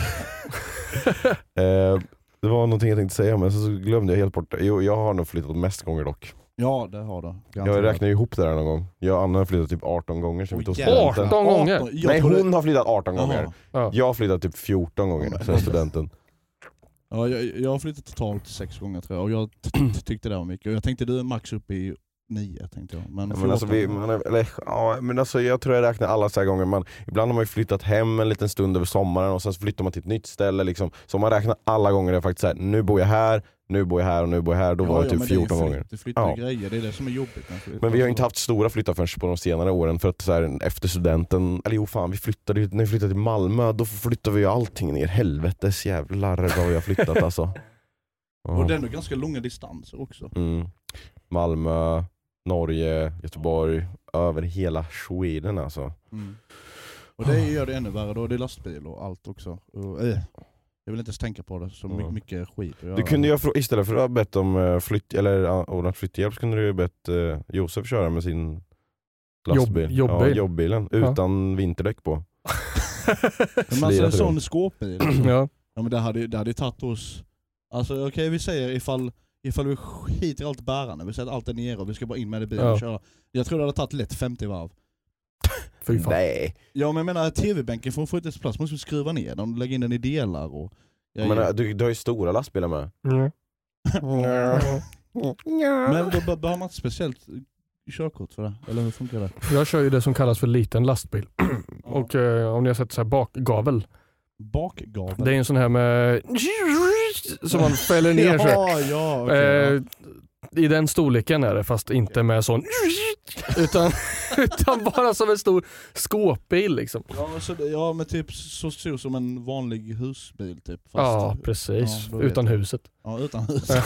Det var någonting jag tänkte säga, men så glömde jag helt bort det. Jo, jag har nog flyttat mest gånger dock. Ja, det har du. Jag räknar ju ihop det där någon gång. Jag och Anna har flyttat typ 18 gånger sen vi tog studenten. 18 gånger? Nej, hon har flyttat 18 gånger. Ja. Jag har flyttat typ 14 gånger sen studenten. Ja, jag har flyttat totalt 6 gånger tror jag. Och jag tyckte det var mycket. Jag tänkte du är max upp i 9 tänkte jag. Men jag tror jag räknar alla så här gånger. Ibland har man ju flyttat hem en liten stund över sommaren och sen flyttar man till ett nytt ställe liksom. Så man räknar alla gånger det är faktiskt så här, nu bor jag här och nu bor jag här. Då var det typ 14 gånger. Det flyttar grejer, det är det som är jobbigt. Men vi har inte haft stora flyttar förrän på de senare åren för att så här, efter studenten, eller jo fan, när vi flyttade till Malmö då flyttade vi ju allting ner. Helvetes jävlar vad vi har flyttat alltså. Och det är ändå ganska långa distanser också. Malmö, Norge, Göteborg, över hela Sweden alltså. Och det gör det ännu värre då, det är lastbil och allt också. Och, jag vill inte ens tänka på det, så mycket skit. Du kunde ju istället för att ha bett om ordnat flytthjälp så kunde du ju bett Josef köra med sin lastbil. Jobbbilen, utan vinterdäck på. Men alltså en sån skåpbil. Ja, men det hade tagit oss. Alltså okej, vi säger ifall vi skiter allt bärande, vi säger att allt är nere och vi ska bara in med det bilen och köra. Jag tror det hade tagit lätt 50 varv. Fy fan. Nej. Ja, men jag menar tv-bänken får få inte plats, måste vi skruva ner den, lägga in den i delar och... Du har ju stora lastbilar med. Men då behöver man inte speciellt körkort för det, eller hur funkar det? Jag kör ju det som kallas för liten lastbil. Och om ni har sett så här bakgavel. Bakgavel? Det är en sån här med som man fäller ner okay. I den storleken är det, fast inte med sån utan bara som en stor skåpbil liksom. Ja, men typ så ser som en vanlig husbil typ. Fast, ja, precis. Utan huset. Ja, utan huset.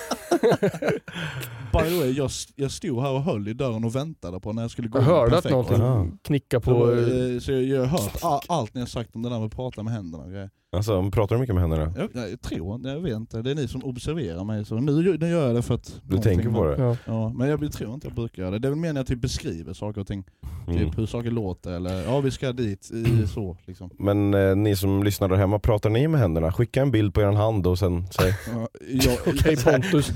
By the way, jag stod här och höll i dörren och väntade på när jag skulle gå. Jag hörde att någonting knicka på. Så jag har hört allt ni har sagt om det där med att prata med händerna och grejer. Alltså, pratar du mycket med henne då? Jag vet inte. Det är ni som observerar mig. Så nu gör jag det för att... Du tänker på det? Ja, men jag tror inte jag brukar göra det. Det är väl mer när jag typ beskriver saker och ting. Typ hur saker låter eller vi ska dit så liksom. Men ni som lyssnar där hemma, pratar ni med händerna? Skicka en bild på er hand och sen säg. Okej, Pontus.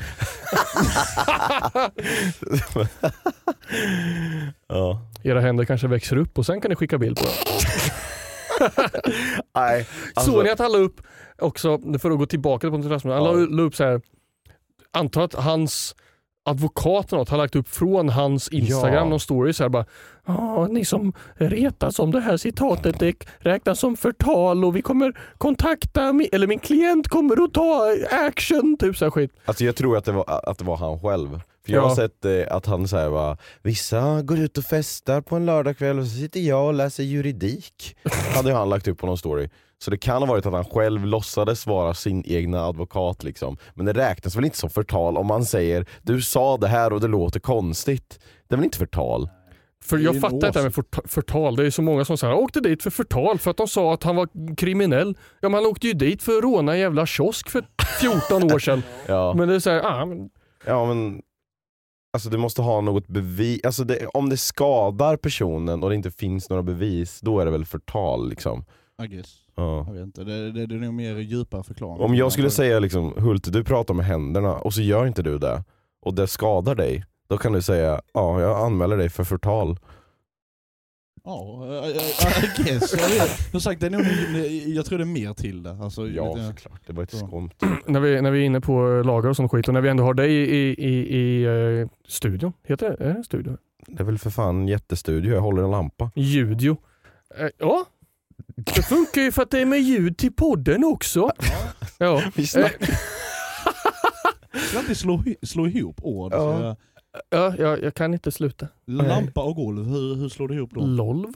Ja. Era händer kanske växer upp och sen kan ni skicka bild på det. Nej, alltså... Såg ni att han la upp också, för att gå tillbaka på han la upp så här, antar att hans advokat har lagt upp från hans Instagram någon story så här bara, ni som retas om det här citatet, det räknas som förtal och vi kommer kontakta eller min klient kommer att ta action typ så här skit. Alltså jag tror att det var han själv. För jag har sett att han så här var, vissa går ut och festar på en lördagkväll och så sitter jag och läser juridik. Hade han lagt upp på någon story. Så det kan ha varit att han själv låtsades vara sin egna advokat liksom. Men det räknas väl inte som förtal om man säger, du sa det här och det låter konstigt. Det är väl inte förtal? För jag fattar inte med förtal. Det är så många som säger, åkte dit för förtal för att de sa att han var kriminell. Ja, man åkte ju dit för att råna en jävla kiosk för 14 år sedan. Ja. Men det är så här, Ja, men alltså du måste ha något bevis. Alltså om det skadar personen och det inte finns några bevis, då är det väl förtal liksom. I guess. Ja. Jag vet inte, det är nog mer djupare förklaring. Om jag skulle säga liksom, Hult, du pratar med händerna och så gör inte du det och det skadar dig, då kan du säga, jag anmäler dig för förtal. Ja, I guess. Jag sagt, det är nog, jag tror det är mer till det. Alltså, såklart. Det var ett skomt. När vi är inne på lagar och sånt skit och när vi ändå har dig i studion. Heter det? Är det studio? Det är väl för fan jättestudio. Jag håller en lampa. Ljudio. Ja. Det funkar ju för att det är med ljud till podden också. Ja. Vi snackar. Jag ska inte slå ihop ord. Ja, jag kan inte sluta. Lampa och golv, hur slår du ihop då? Lolv.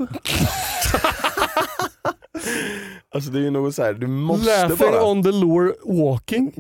Alltså det är ju något så här, du måste Laughing bara... on the lure walking.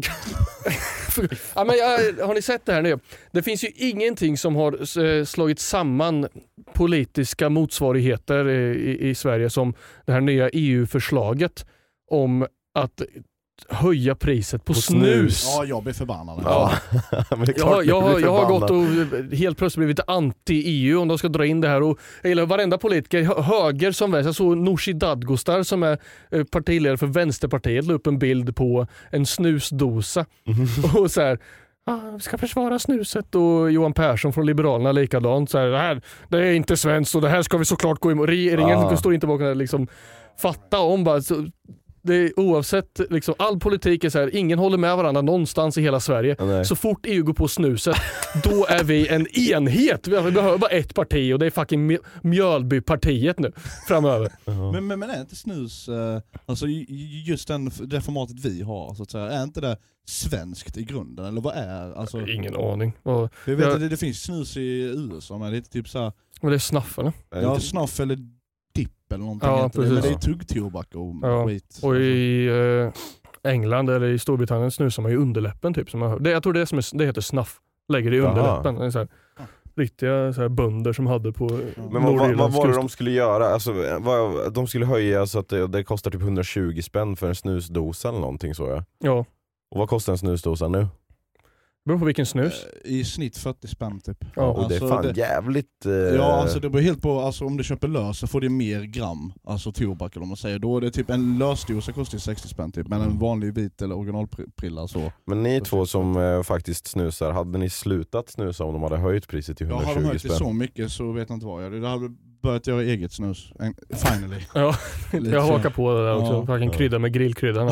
Ja, men har ni sett det här nu? Det finns ju ingenting som har slagit samman politiska motsvarigheter i Sverige som det här nya EU-förslaget om att höja priset på snus. Ja, jag blir förbannad. Ja. Men det är klart jag har gått och helt plötsligt blivit anti-EU om de ska dra in det här. Och jag gillar varenda politiker, höger som vänster. Jag såg Nooshi Dadgostar som är partiledare för Vänsterpartiet la upp en bild på en snusdosa. Och så här, vi ska försvara snuset, och Johan Persson från Liberalerna likadant. Så här, det är inte svenskt och det här ska vi såklart gå emot. Regeringen står inte bakom det. Liksom, fatta om bara... Det är oavsett, liksom, all politik är så här, ingen håller med varandra någonstans i hela Sverige. Nej. Så fort EU går på snuset, då är vi en enhet. Vi behöver bara ett parti och det är fucking Mjölbypartiet nu framöver. Men är inte snus, alltså just det formatet vi har, så att säga, är inte det svenskt i grunden? Eller vad är? Alltså, ingen aning. Jag vet att det finns snus i USA, men det är typ så här... Men det är snaff, eller? Ja, snaff eller dipp eller någonting. Ja, men det är tuggtobak och skit. Och i England eller i Storbritannien snusar man ju underläppen typ. Som jag tror det heter snaff. Lägger det i underläppen. Det är så här, riktiga så här bönder som hade på... Men vad var det de skulle göra? Alltså, de skulle höja så att det kostar typ 120 spänn för en snusdosa eller någonting så. Ja. Och vad kostar en snusdosa nu? Beror på vilken snus. I snitt 40 spänn typ. Ja, och det är fan jävligt... Ja, alltså det beror helt på, alltså om du köper lös så får du mer gram, alltså tobak eller om man säger. Då är det typ en lösdosa kostar 60 spänn typ, men en vanlig vit eller originalprilla så. Men ni två som faktiskt snusar, hade ni slutat snusa om de hade höjt priset till 120 spänn? Ja, har de höjt det så mycket så vet jag inte vad jag. Det hade börjat göra eget snus, finally. Ja, jag hakar på det där också. Fucking krydda med grillkryddan.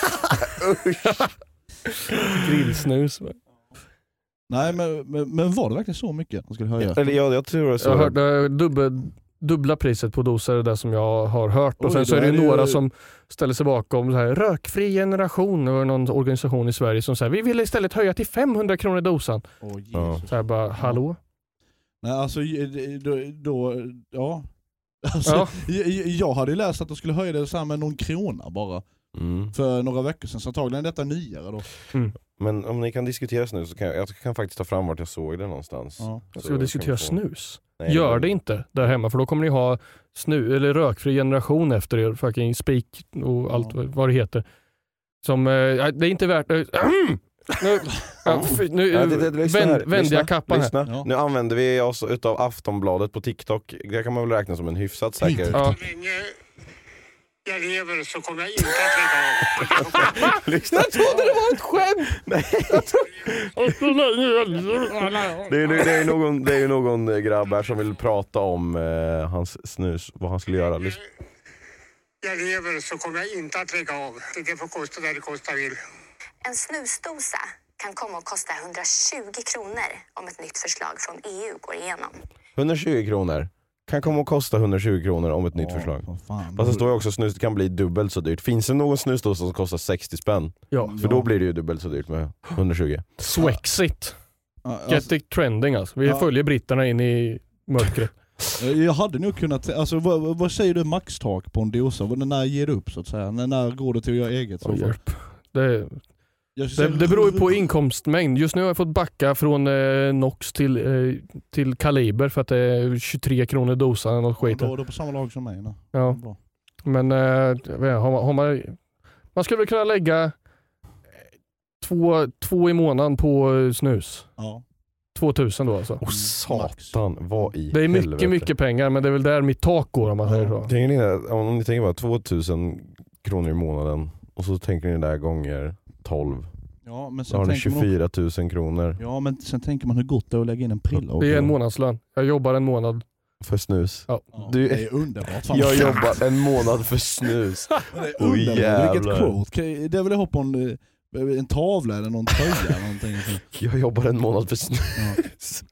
Grillsnus. Nej, men var det verkligen så mycket de skulle höja? Eller jag tror det så. Jag har hört dubbla priset på doser, det där som jag har hört. Och sen så är det några som ställer sig bakom så här, rökfri generation, och någon organisation i Sverige som säger vi vill istället höja till 500 kronor dosan. Så här bara, hallå? Nej, alltså ja. Alltså, jag hade ju läst att de skulle höja det så här med någon krona bara. För några veckor sedan, så antagligen detta nyare då. Men om ni kan diskutera snus så kan jag kan faktiskt ta fram vart jag såg det någonstans. Ska vi diskutera snus? Nej, Gör det inte där hemma, för då kommer ni ha eller rökfri generation efter er, fucking spik och allt vad det heter. Som, det är inte värt det. Vändiga kappan här. Ja. Nu använder vi oss utav Aftonbladet på TikTok. Det kan man väl räkna som en hyfsat säker. Ja. Jag lever så kommer jag inte att lägga av. Jag trodde det var ett skämt. Det är ju någon grabb här som vill prata om hans snus, vad han skulle göra. Jag lever så kommer jag inte att lägga av. Det får kosta där det kostar vill. En snusdosa kan komma att kosta 120 kronor om ett nytt förslag från EU går igenom. 120 kronor? Kan komma att kosta 120 kronor om ett nytt förslag. Fast det står ju också att snus kan bli dubbelt så dyrt. Finns det någon snusdosa som kostar 60 spänn? Ja. För då blir det ju dubbelt så dyrt med 120. Swexit. Get it trending alltså. Vi följer britterna in i mörkret. Jag hade nog kunnat, alltså vad säger du maxtak på en dosa? När ger du upp så att säga? När går det till att göra eget? Det beror ju på inkomstmängd. Just nu har jag fått backa från Nox till Kaliber för att det är 23 kronor dosan och skit. Då är det på samma lag som mig. Nej. Ja. Men man skulle väl kunna lägga 2 i månaden på snus. Ja. 2000 då alltså. Satan, vad i det är helvete. mycket pengar, men det är väl där mitt tak går om man säger så. Om ni tänker bara 2000 kronor i månaden och så tänker ni där gånger 12. Ja, men sen har ni 24 000 kronor. Ja, men sen tänker man hur gott det är att lägga in en prilla. Det är en månadslön. Jag jobbar en månad. För snus? Ja. Det är underbart. Fan. Jag jobbar en månad för snus. Det är underbart. Vilket quote. Det vill jag ha på en tavla eller någon tröja eller någonting. Jag jobbar en månad för snus.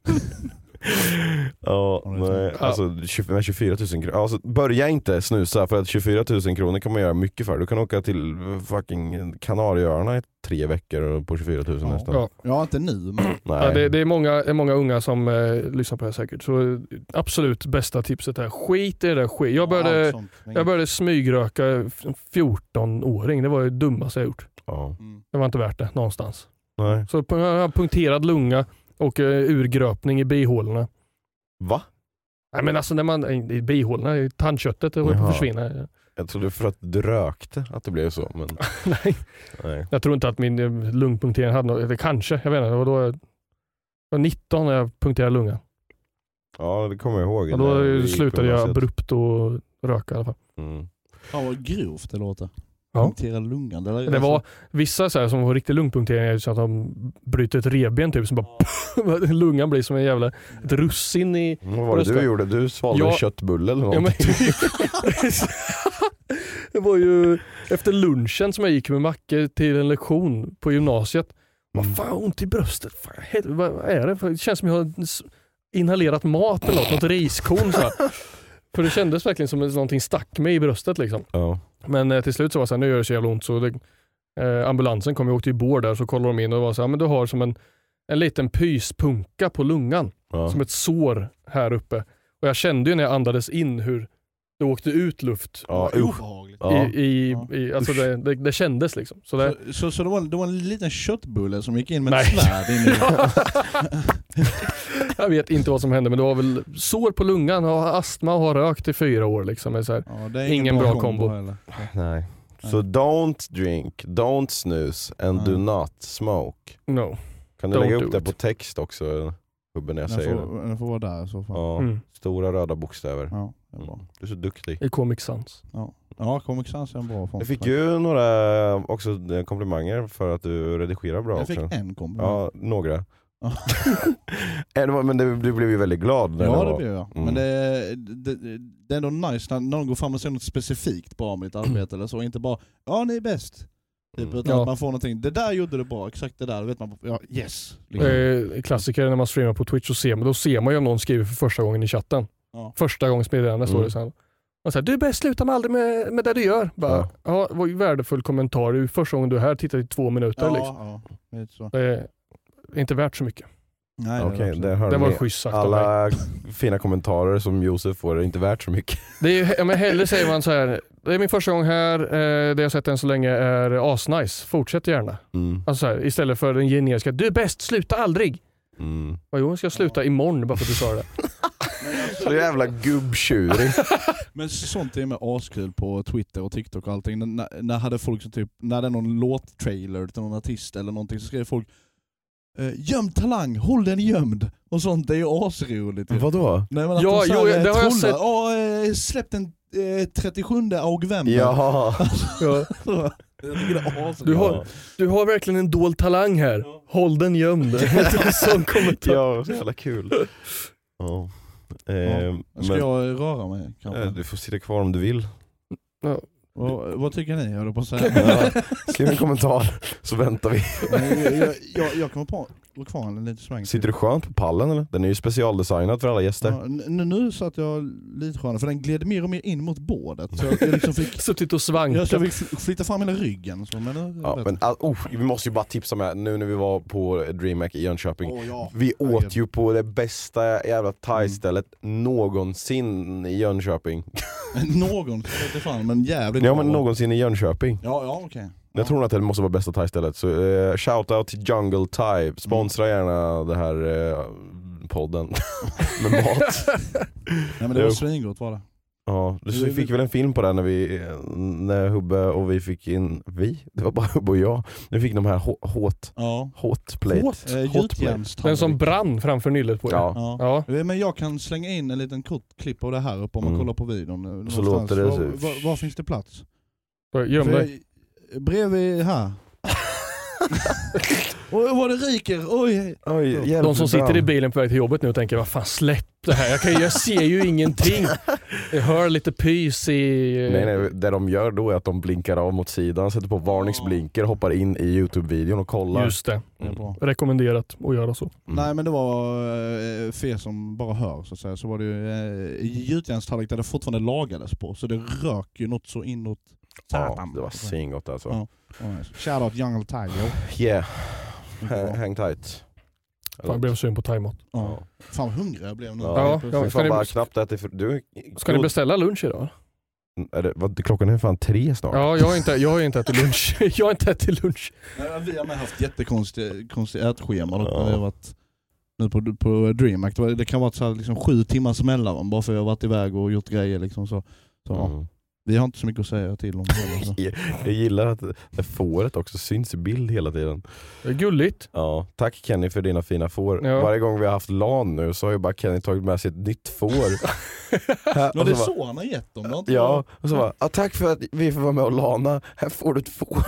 Ja, nej. Alltså med 24 000 kronor. Alltså, börja inte snusa, för att 24 000 kronor kan man göra mycket för. Du kan åka till fucking Kanarieöarna i 3 veckor på 24 000 nästan. Ja, inte nu. Men... Ja, det är många unga som lyssnar på det här säkert. Så absolut bästa tipset är skit i det där skit. Jag började smygröka 14-åring. Det var det dummaste jag gjort. Ja. Det var inte värt det någonstans. Nej. Så jag har punkterad lunga och urgröpning i bihålorna. Va? Nej, men alltså när man i bihålorna, i tandköttet, det håller på att försvinna. Jag trodde för att du rökte att det blev så, men Nej. Jag tror inte att min lungpunktering hade något, eller kanske, jag vet inte, det var då jag var 19 när jag punkterade lungan. Ja, det kommer jag ihåg. Och då slutade jag abrupt och röka i alla fall. Ja, vad grovt det låter. Ja. Punktera lungan. Det var vissa så här, som har riktig lungpunktering, så att de bryter ett revben typ, som bara lungan blir som en jävla ett russin i. Vad var det du gjorde? Du svalde en köttbulle eller någonting? Det var ju efter lunchen som jag gick med Macke till en lektion på gymnasiet. Vad fan, ont i bröstet. Fan, vad är det? Det känns som jag har inhalerat mat eller något riskorn så här. För det kändes verkligen som att någonting stack mig i bröstet liksom. Ja. Men till slut så var det så här, nu gör det så jävla ont, så ambulansen kom och åkte i bord där, så kollade de in och var så här, men du har som en liten pyspunka på lungan. Ja. Som ett sår här uppe. Och jag kände ju när jag andades in hur det åkte ut luft. Ja, alltså det kändes liksom. Så det var en liten köttbulle som gick in med ett svärd in i. Jag vet inte vad som hände, men det var väl sår på lungan, och astma och har rökt i 4 år liksom. Så här. Ja, det är ingen bra kombo. Nej. Så don't drink, don't snooze and do not smoke. No. Kan du lägga upp det på text också, hubben, när jag säger det? Den får vara där så fall. Ja, stora röda bokstäver. Ja, det är bra. Du är så duktig. I Comic Sans. Ja, Comic Sans är en bra font. Jag fick ju några också komplimanger för att du redigerar bra också. Jag fick en komplimang. Ja, några. Men du blev ju väldigt glad. Ja, det blev jag. Men det är ändå nice när någon går fram och säger något specifikt bra om ditt arbete eller så. Inte bara, ja, ni är bäst. Typ, utan att man får någonting. Det där gjorde du bra, exakt det där. Vet man, ja, yes. Liksom. Klassiker när man streamar på Twitch, då ser man ju om någon skriver för första gången i chatten. Ja. Första gången meddelande står det sen. Och så här, du är bäst, sluta med aldrig med det du gör. Bara, ja, det var ju värdefull kommentar. Det är första gången du är här, tittar i 2 minuter. Ja, liksom. Ja, så. Det är inte värt så mycket. Nej, okej, det var schysst sagt. Alla fina kommentarer som Josef får är inte värt så mycket. Det är, men hellre säger man så här, det är min första gång här, det jag sett än så länge är asnice, fortsätt gärna. Alltså så här, istället för den generiska, du är bäst, sluta aldrig. Jo, ska jag sluta imorgon bara för att du sa det. Så jävla gubbtjurig. Men sånt är med askul på Twitter och TikTok och allting. När hade folk som typ, när det är någon låttrailer till någon artist eller någonting, så skrev folk gömd talang, håll den gömd. Och sånt, det är ju asroligt. Vadå? Nej, men att Ja, de jo, det har jag sett. Släpp den 37 augvember. Ja. Ja. Jag tycker det är asroligt. Du har verkligen en dold talang här. Håll den gömd. Sån kommentar. Ja, så jävla kul. Ja. Ska jag röra mig kanske? Du får sitta kvar om du vill. Ja. Vad tycker ni? Jag på att säga. Skriv en kommentar så väntar vi. Jag kommer på kvar en liten sväng. Sitter du skönt på pallen eller? Den är ju specialdesignad för alla gäster. Ja, nu satt jag lite skönare för den gled mer och mer in mot bordet. Så jag liksom fick suttit och svankat. Jag fick flytta fram hela ryggen. Så, vi måste ju bara tipsa med nu när vi var på DreamHack i Jönköping. Ja. Vi åt ju på det bästa jävla thai-stället någonsin i Jönköping. Men jävligt. Ja, men någonsin i Jönköping. Ja, okej. Jag tror att det måste vara bästa thai-stället. Så shoutout till Jungle Thai. Sponsra gärna det här podden med mat. Nej, men det var svingott var det. Ja, vi fick väl en film på det när Hubbe och vi fick in det var bara Hubbe och jag. Nu fick de här hot plate. Den som brann framför nyllet på det. Ja. Men jag kan slänga in en liten kort klipp av det här uppe om man kollar på videon. Så låter det var finns det plats? Göm dig. Bredvid här. Oj, vad det ryker. Oj, de som sitter i bilen på väg till jobbet nu och tänker, vad fan, släpp det här. Jag ser ju ingenting. Jag hör lite pys i... Nej, det de gör då är att de blinkar av mot sidan, sätter på varningsblinker, hoppar in i YouTube-videon och kollar. Just det. Rekommenderat att göra så. Nej, men det var för som bara hör så att säga. Så var det ju gjutjärnstallrik där det fortfarande lagades på. Så det rök ju något så inåt. Ja, det var singott alltså. Ja. Shoutout Jungle Thai. Yeah. Hang tight. Fan, jag blev sugen på thaimat. Ja. Fan hungrig jag blev nu. Ska ni beställa lunch idag? Klockan är fan 3 snart. Ja, jag har inte ätit lunch. Jag har inte ätit lunch. Nej, vi har haft jättekonstigt ätschema. Vi har varit nu på DreamHack. Det kan vara så här, liksom 7 timmars mellan bara för att jag har varit iväg och gjort grejer liksom så. Vi har inte så mycket att säga till om det. Jag gillar att det fåret också syns i bild hela tiden. Det är gulligt. Ja, tack Kenny för dina fina får. Ja. Varje gång vi har haft LAN nu så har ju bara Kenny tagit med sig ett nytt får. Ja, det är så han har gett dem. Ja, och så bara, tack för att vi får vara med och lana. Här får du ett får.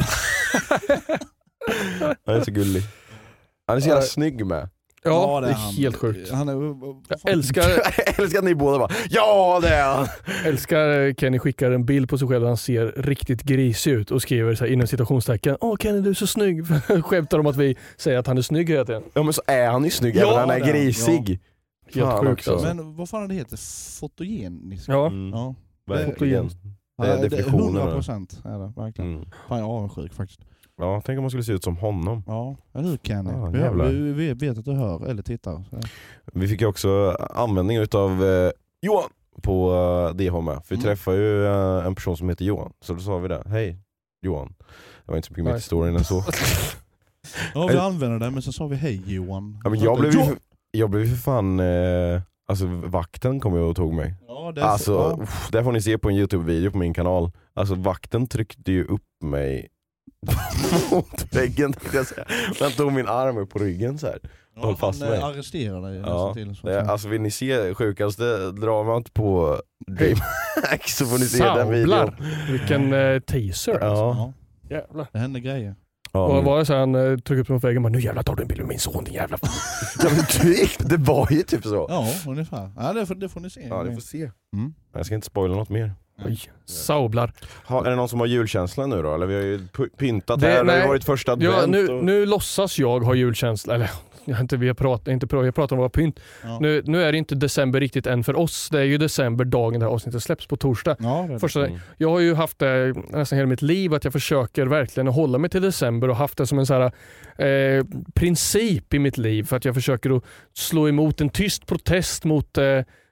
Han är så gullig. Han är så jävla snygg med. Ja, det är helt sjukt. Jag älskar att ni båda bara, ja det är han. Älskar Kenny skickar en bild på sig själv och han ser riktigt grisig ut och skriver så här inom citationstecken, Kenny du är så snygg. Skämtar om att vi säger att han är snygg hela tiden. Ja, men så är han ju snygg, även han är grisig. Ja. Helt sjukt alltså. Men vad fan det heter? Fotogenisk? Ja. Verkligen. Det är definitionen. 100% är det, verkligen. Fan, jag är avundsjuk faktiskt. Ja, tänk om man skulle se ut som honom. Ja, du kan vi vet att du hör eller tittar. Så. Vi fick ju också användning utav Johan på DH med. För vi träffade ju en person som heter Johan. Så då sa vi det. Hej Johan. Det var inte så mycket mitt historien än så. Ja, vi använde det, men så sa vi hej Johan. Ja, men jag blev för fan... Alltså vakten kom ju och tog mig. Ja, det får ni se på en YouTube-video på min kanal. Alltså vakten tryckte ju upp mig mot väggen. Han tog min arm upp på ryggen så här. Ja, han arresterade dig. Ja, alltså vill ni se sjukaste dramat på DreamHack så får ni se den videon. Vilken teaser. Ja. Jävlar. Det hände grejer. Ja, och var det så han tryckte upp mot väggen och bara, nu jävlar tar du en bild med min son, din jävla. Det var ju typ så. Ja, ungefär. Ja, det får ni se. Ja, det får se. Jag ska inte spoila något mer. Oj, sablar. Är det någon som har julkänsla nu då? Eller vi har ju pyntat här, det har varit första advent. Ja, nu låtsas jag ha julkänsla. Eller jag pratar om vad pynt. Ja. Nu är det inte december riktigt än för oss. Det är ju december dagen det här avsnittet släpps på torsdag. Ja, jag har ju haft det nästan hela mitt liv att jag försöker verkligen hålla mig till december och haft det som en så här princip i mitt liv för att jag försöker att slå emot en tyst protest mot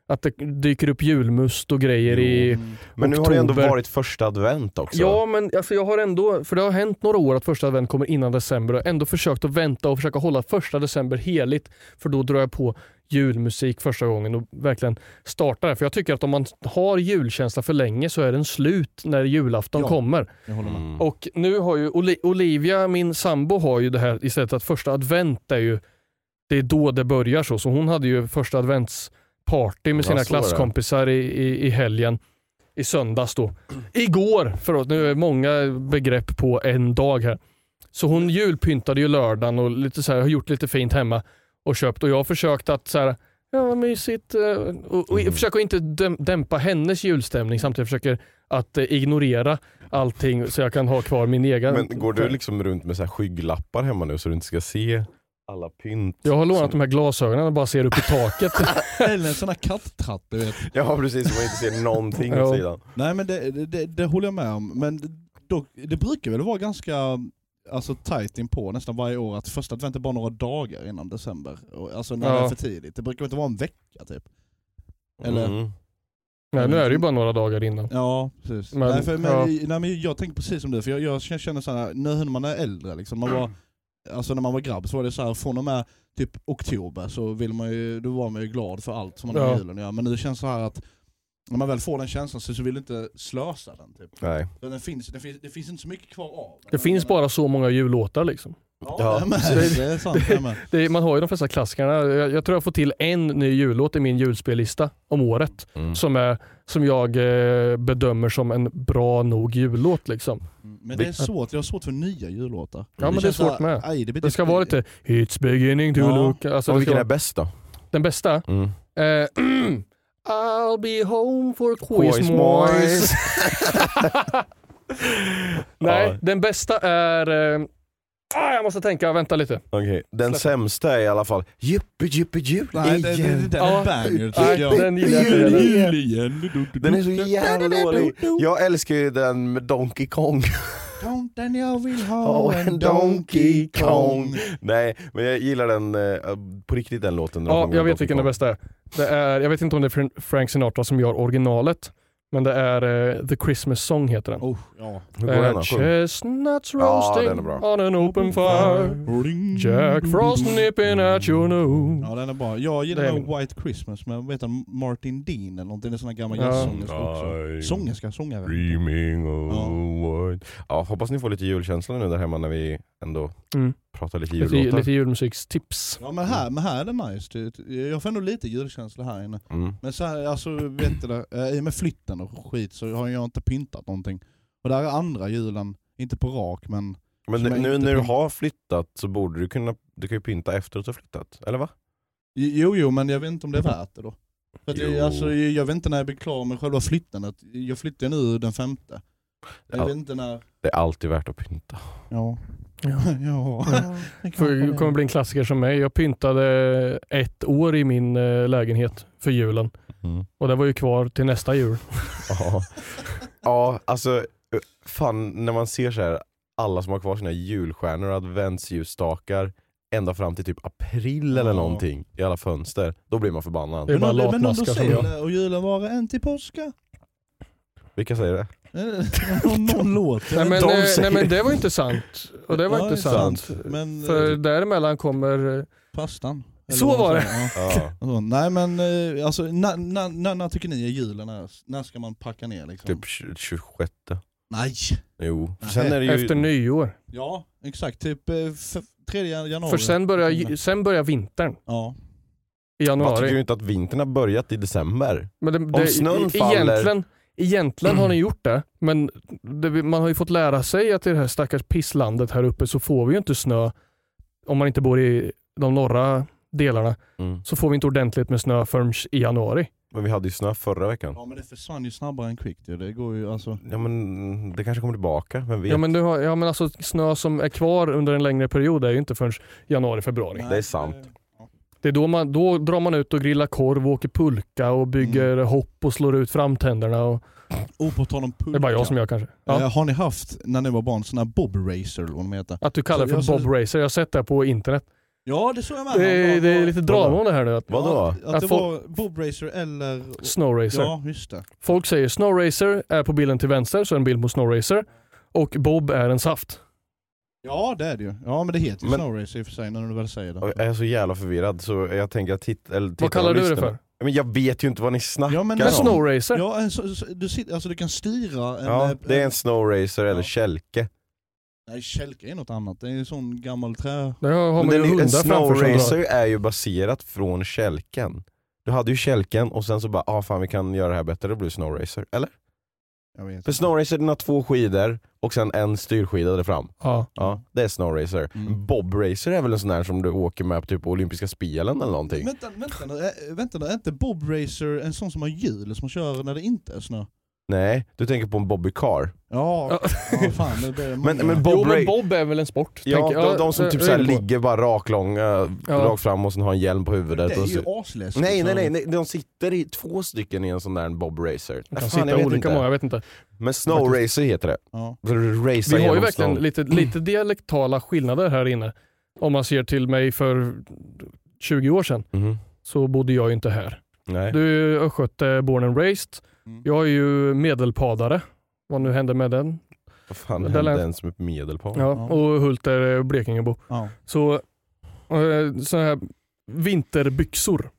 att det dyker upp julmust och grejer i Men nu har det ändå varit första advent också. Ja, men alltså jag har ändå, för det har hänt några år att första advent kommer innan december och ändå försökt att vänta och försöka hålla första december heligt, för då drar jag på julmusik första gången och verkligen startar det. För jag tycker att om man har julkänsla för länge så är den slut när julafton kommer. Jag håller med. Och nu har ju Olivia, min sambo, har ju det här istället att första advent är ju, det är då det börjar så hon hade ju första adventsparty med sina klasskompisar i helgen, i söndags då. Igår, förlåt, nu är många begrepp på en dag här. Så hon julpyntade ju lördagen och lite så här, har gjort lite fint hemma och köpt, och jag har försökt att så här, ja, mysigt, och försöker inte dämpa hennes julstämning, samtidigt försöker att ignorera allting så jag kan ha kvar min egen. Men går du liksom runt med så här skygglappar hemma nu så du inte ska se alla pynt? Jag har lånat de här glasögonen och bara ser upp i taket. Eller en sån här katttratt, du vet. Ja, precis, så man inte ser någonting åt sidan. Nej, men det håller jag med om. Men dock, det brukar väl vara ganska tajt in på nästan varje år att första advent är bara några dagar innan december. Alltså när det är för tidigt. Det brukar inte vara en vecka typ. Eller? Nej, nu är det ju bara några dagar innan. Ja, precis. Men jag tänker precis som du, för jag känner så här, när man är äldre liksom, när man var grabb så var det så här, från och med typ oktober så då var man ju glad för allt som man har julen. Ja, men det känns så här att när man väl får den känslan så vill du inte slösa den typ. Nej. Det finns inte så mycket kvar av den. Det finns bara så många jullåtar liksom. Ja. Det är sant. Man har ju de flesta klassikerna. Jag tror jag får till en ny jullåt i min julspellista om året som jag bedömer som en bra nog jullåt liksom. Men det är svårt. Jag har svårt för nya jullåtar. Ja, men det är svårt med. Det ska vara lite It's beginning to look. Alltså, vilken är bäst då? Den bästa? I'll be home for Quizmoys. Nej, den bästa är... jag måste tänka, vänta lite. Okej. Den sämsta är i alla fall Juppie. Nej, den är banger. Den gillar jag. Den är så jävla dålig. Jag älskar ju den med Donkey Kong. Tomten jag vill ha en Donkey Kong. Nej, men jag gillar den på riktigt, den låten. Ja, jag vet vilken den bästa är. Jag vet inte om det är Frank Sinatra som gör originalet, men det är The Christmas Song heter den. Hur går den då? Chestnuts roasting on an open fire, Jack Frost nipping at your nose. Ja, den är bra. Jag gillar White Christmas med Martin Dean eller någonting. Det är såna gamla sångare. Dreaming of white. Ja, hoppas ni får lite julkänsla nu där hemma när vi ändå pratar lite jullåtar. Lite julmusikstips. Ja, men här är det nice. Jag får ändå lite julkänsla här inne. Men så här, alltså vet du det, i med flytten och skit så har jag inte pyntat någonting. Och där är andra julen, inte på rak, men nu när du har flyttat så borde du kan ju pynta efter att du har flyttat, eller va? Jo, men jag vet inte om det är värt det då. För jag vet inte när jag blir klar med själva flyttandet. Jag flyttar nu den 5:e. Jag vet inte när... Det är alltid värt att pynta. Ja. För det kommer bli en klassiker som mig. Jag pyntade 1 år i min lägenhet för julen. Och det var ju kvar till nästa jul. Ja, alltså fan, när man ser så här alla som har kvar sina julstjärnor och adventsljusstakar ända fram till typ april eller någonting i alla fönster, då blir man förbannad. Det är bara latmaskar som jag. Och julen var en till påska. Vilka säger det? Någon låt. Nej, men det var inte sant. Och det var inte sant. Men, för däremellan kommer... Pastan. Så var det. Ja. Nej, men alltså, när tycker ni är julen? När ska man packa ner liksom? Typ 26. Nej. Jo. Sen är det ju... Efter nyår. Ja, exakt. Typ 3 januari. För sen börjar vintern. Ja. I januari. Man tycker ju inte att vintern har börjat i december. Men om snön faller... Egentligen har ni gjort det, men man har ju fått lära sig att i det här stackars pisslandet här uppe så får vi ju inte snö. Om man inte bor i de norra delarna så får vi inte ordentligt med snö förrän i januari. Men vi hade ju snö förra veckan. Ja, men det försvann ju snabbare än kvickt. Det går ju alltså... Ja, men det kanske kommer tillbaka, vem vet? Ja, men alltså snö som är kvar under en längre period är ju inte förrän januari, februari. Det är sant. Det är då drar man ut och grillar korv och åker pulka och bygger hopp och slår ut framtänderna och på tal om pulka. Det är bara jag som gör kanske. Ja. Har ni haft när ni var barn såna här Bob Racer eller vad de heter? Att du kallar det för Bob Racer, jag har sett det på internet. Ja, det såg jag med. Det är lite drama om det här nu. Vadå? Att det var Bob Racer eller... Snow Racer. Ja, just det. Folk säger Snow Racer är på bilden till vänster, så är en bild på Snow Racer. Och Bob är en saft. Ja, det är det ju. Ja, men det heter ju Snow Racer i och för sig när du väl säger det. Jag är så jävla förvirrad så jag tänker att vad kallar du det för? Men jag vet ju inte vad ni snackar om. Snow Racer? Ja, du kan styra en... det är en Snow Racer eller kälke. Nej, kälke är något annat. Det är en sån gammal trä... Det har man ju hundar en Snow framför Racer är ju baserat från kälken. Du hade ju kälken och sen så bara, fan vi kan göra det här bättre, det blir Snow Racer, eller? Jag vet. För Snow Racer den har 2 skidor och sen en styrskida där fram. Ja, det är Snow Racer. Bob Racer är väl en sån här som du åker med på typ olympiska spelen eller någonting. Vänta, är inte Bob Racer en sån som har hjul som man kör när det inte är snö? Nej, du tänker på en Bobby Car. Ja fan. Men Bob är väl en sport? Ja, de som typ så här ligger bara rakt fram och sen har en hjälm på huvudet. Det är ju asläskigt. Nej, de sitter i 2 stycken i en sån där Bob Racer. De kan sitta olika många, jag vet inte. Men Snow Racer heter det. Ja. Vi har ju verkligen lite dialektala skillnader här inne. Om man ser till mig för 20 år sedan så bodde jag ju inte här. Nej. Du är östgöte, born and raised. Jag är ju medelpadare. Vad nu hände med den? Vad fan hände den som är medelpad? Ja, och Hult är Blekingebo. Ja. Så här vinterbyxor.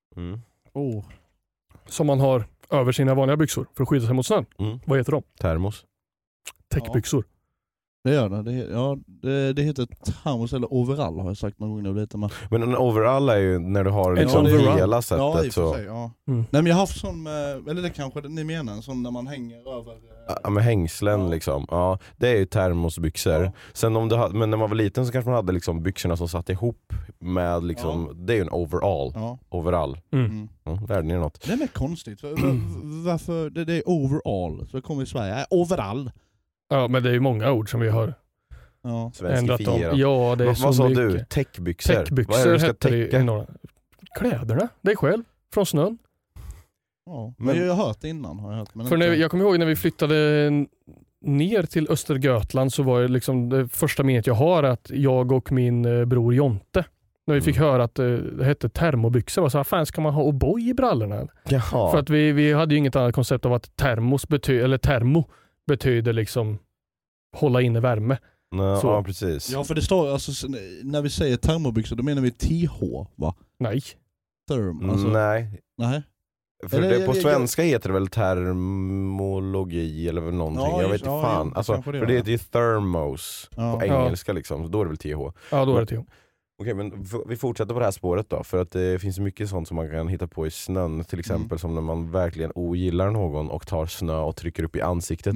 Som man har över sina vanliga byxor för att skydda sig mot snön. Vad heter de? Termos. Täckbyxor. Det gör det. Det heter termos eller overall har jag sagt någon gång. Men en overall är ju när du har liksom hela sättet. Ja, i och så. för sig, ja. Nej, men jag har haft sån med, eller det kanske ni menar, en sån när man hänger över... Ja, med hängslen liksom. Ja, det är ju termosbyxor. Ja. Sen men när man var liten så kanske man hade liksom byxorna som satt ihop med liksom, det är ju en overall. Ja. Overall. Lärde ni något? Det är mer konstigt. Varför det är overall? Så det kommer i Sverige. Overall. Ja, men det är ju många ord som vi har ändrat om. Ja, det är så vad sa mycket. Du? Täckbyxor? Täckbyxor hette det i några. Kläderna, dig själv. Från snön. Ja, men jag har hört det innan. Jag kommer ihåg när vi flyttade ner till Östergötland så var det liksom det första minnet jag har att jag och min bror Jonte, när vi fick höra att det hette termobyxor, var så här, fan ska man ha O'boy i brallorna? Jaha. För att vi hade ju inget annat koncept av att termo betyder liksom hålla inne värme. Ja, precis. Ja, för det står alltså, när vi säger termobyxor då menar vi TH, va? Nej. Term, alltså. Nej. För det, på svenska heter det väl termologi eller någonting. Jag vet inte fan. Alltså, för det heter ju thermos på engelska liksom. Då är det väl TH. Ja, då är det TH. Okej, men vi fortsätter på det här spåret då. För att det finns mycket sånt som man kan hitta på i snön. Till exempel som när man verkligen ogillar någon och tar snö och trycker upp i ansiktet.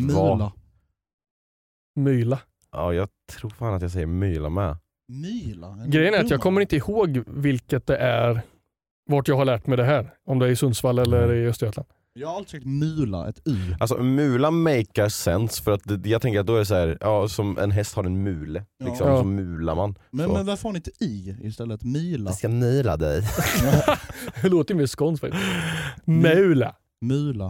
Myla. Ja, jag tror fan att jag säger myla med. Myla? Grejen är att jag kommer inte ihåg vilket det är, vart jag har lärt mig det här. Om det är i Sundsvall eller i Östergötland. Jag har alltid sagt mula, ett y. Alltså mula makes sense för att jag tänker att då är det så här, som en häst har en mule. Liksom, så mular man. Men varför har ni inte i istället? Mila? Jag ska mila dig. Det låter ju mer skånskt faktiskt. Mula. Mila.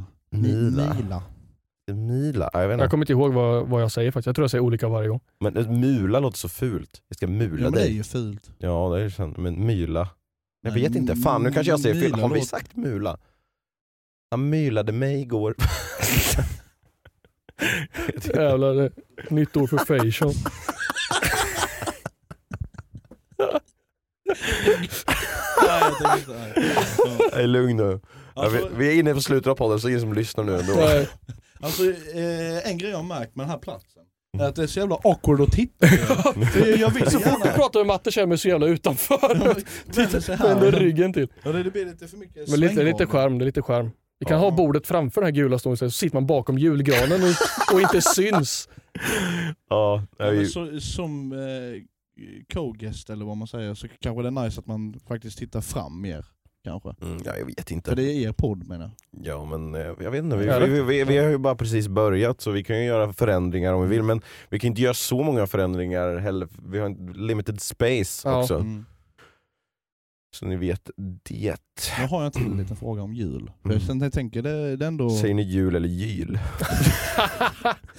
Jag kommer inte ihåg vad jag säger faktiskt. Jag tror jag säger olika varje gång. Men mula låter så fult. Jag ska mula dig. Men det är ju fult. Ja, det är sant. Men myla. Jag vet inte. Fan, nu kanske jag säger fel. Har vi sagt mula? Han mylade mig igår. Jävlar, nytt ord för fashion. Jag är lugn nu. Alltså, vi är inne på slutet av podden så ingen som lyssnar nu ändå. Alltså en grej jag har märkt med den här platsen är att det är så jävla awkward att titta. Jag vill så fort du pratar med Matte känner mig så jävla utanför. Vänder ryggen till. Ja, det blir lite för mycket. Men lite skärm. Vi kan ha bordet framför den här gula stolen så sitter man bakom julgranen och inte syns. Ja, som co-guest eller vad man säger så kanske det är nice att man faktiskt tittar fram mer. Kanske. Ja, jag vet inte. För det är er podd menar jag. Ja, men jag vet inte. Vi har ju bara precis börjat så vi kan ju göra förändringar om vi vill. Men vi kan inte göra så många förändringar heller. Vi har en limited space också. Så ni vet det. Nu har jag en liten fråga om jul. Jag tänker det ändå... Säger ni jul eller jul?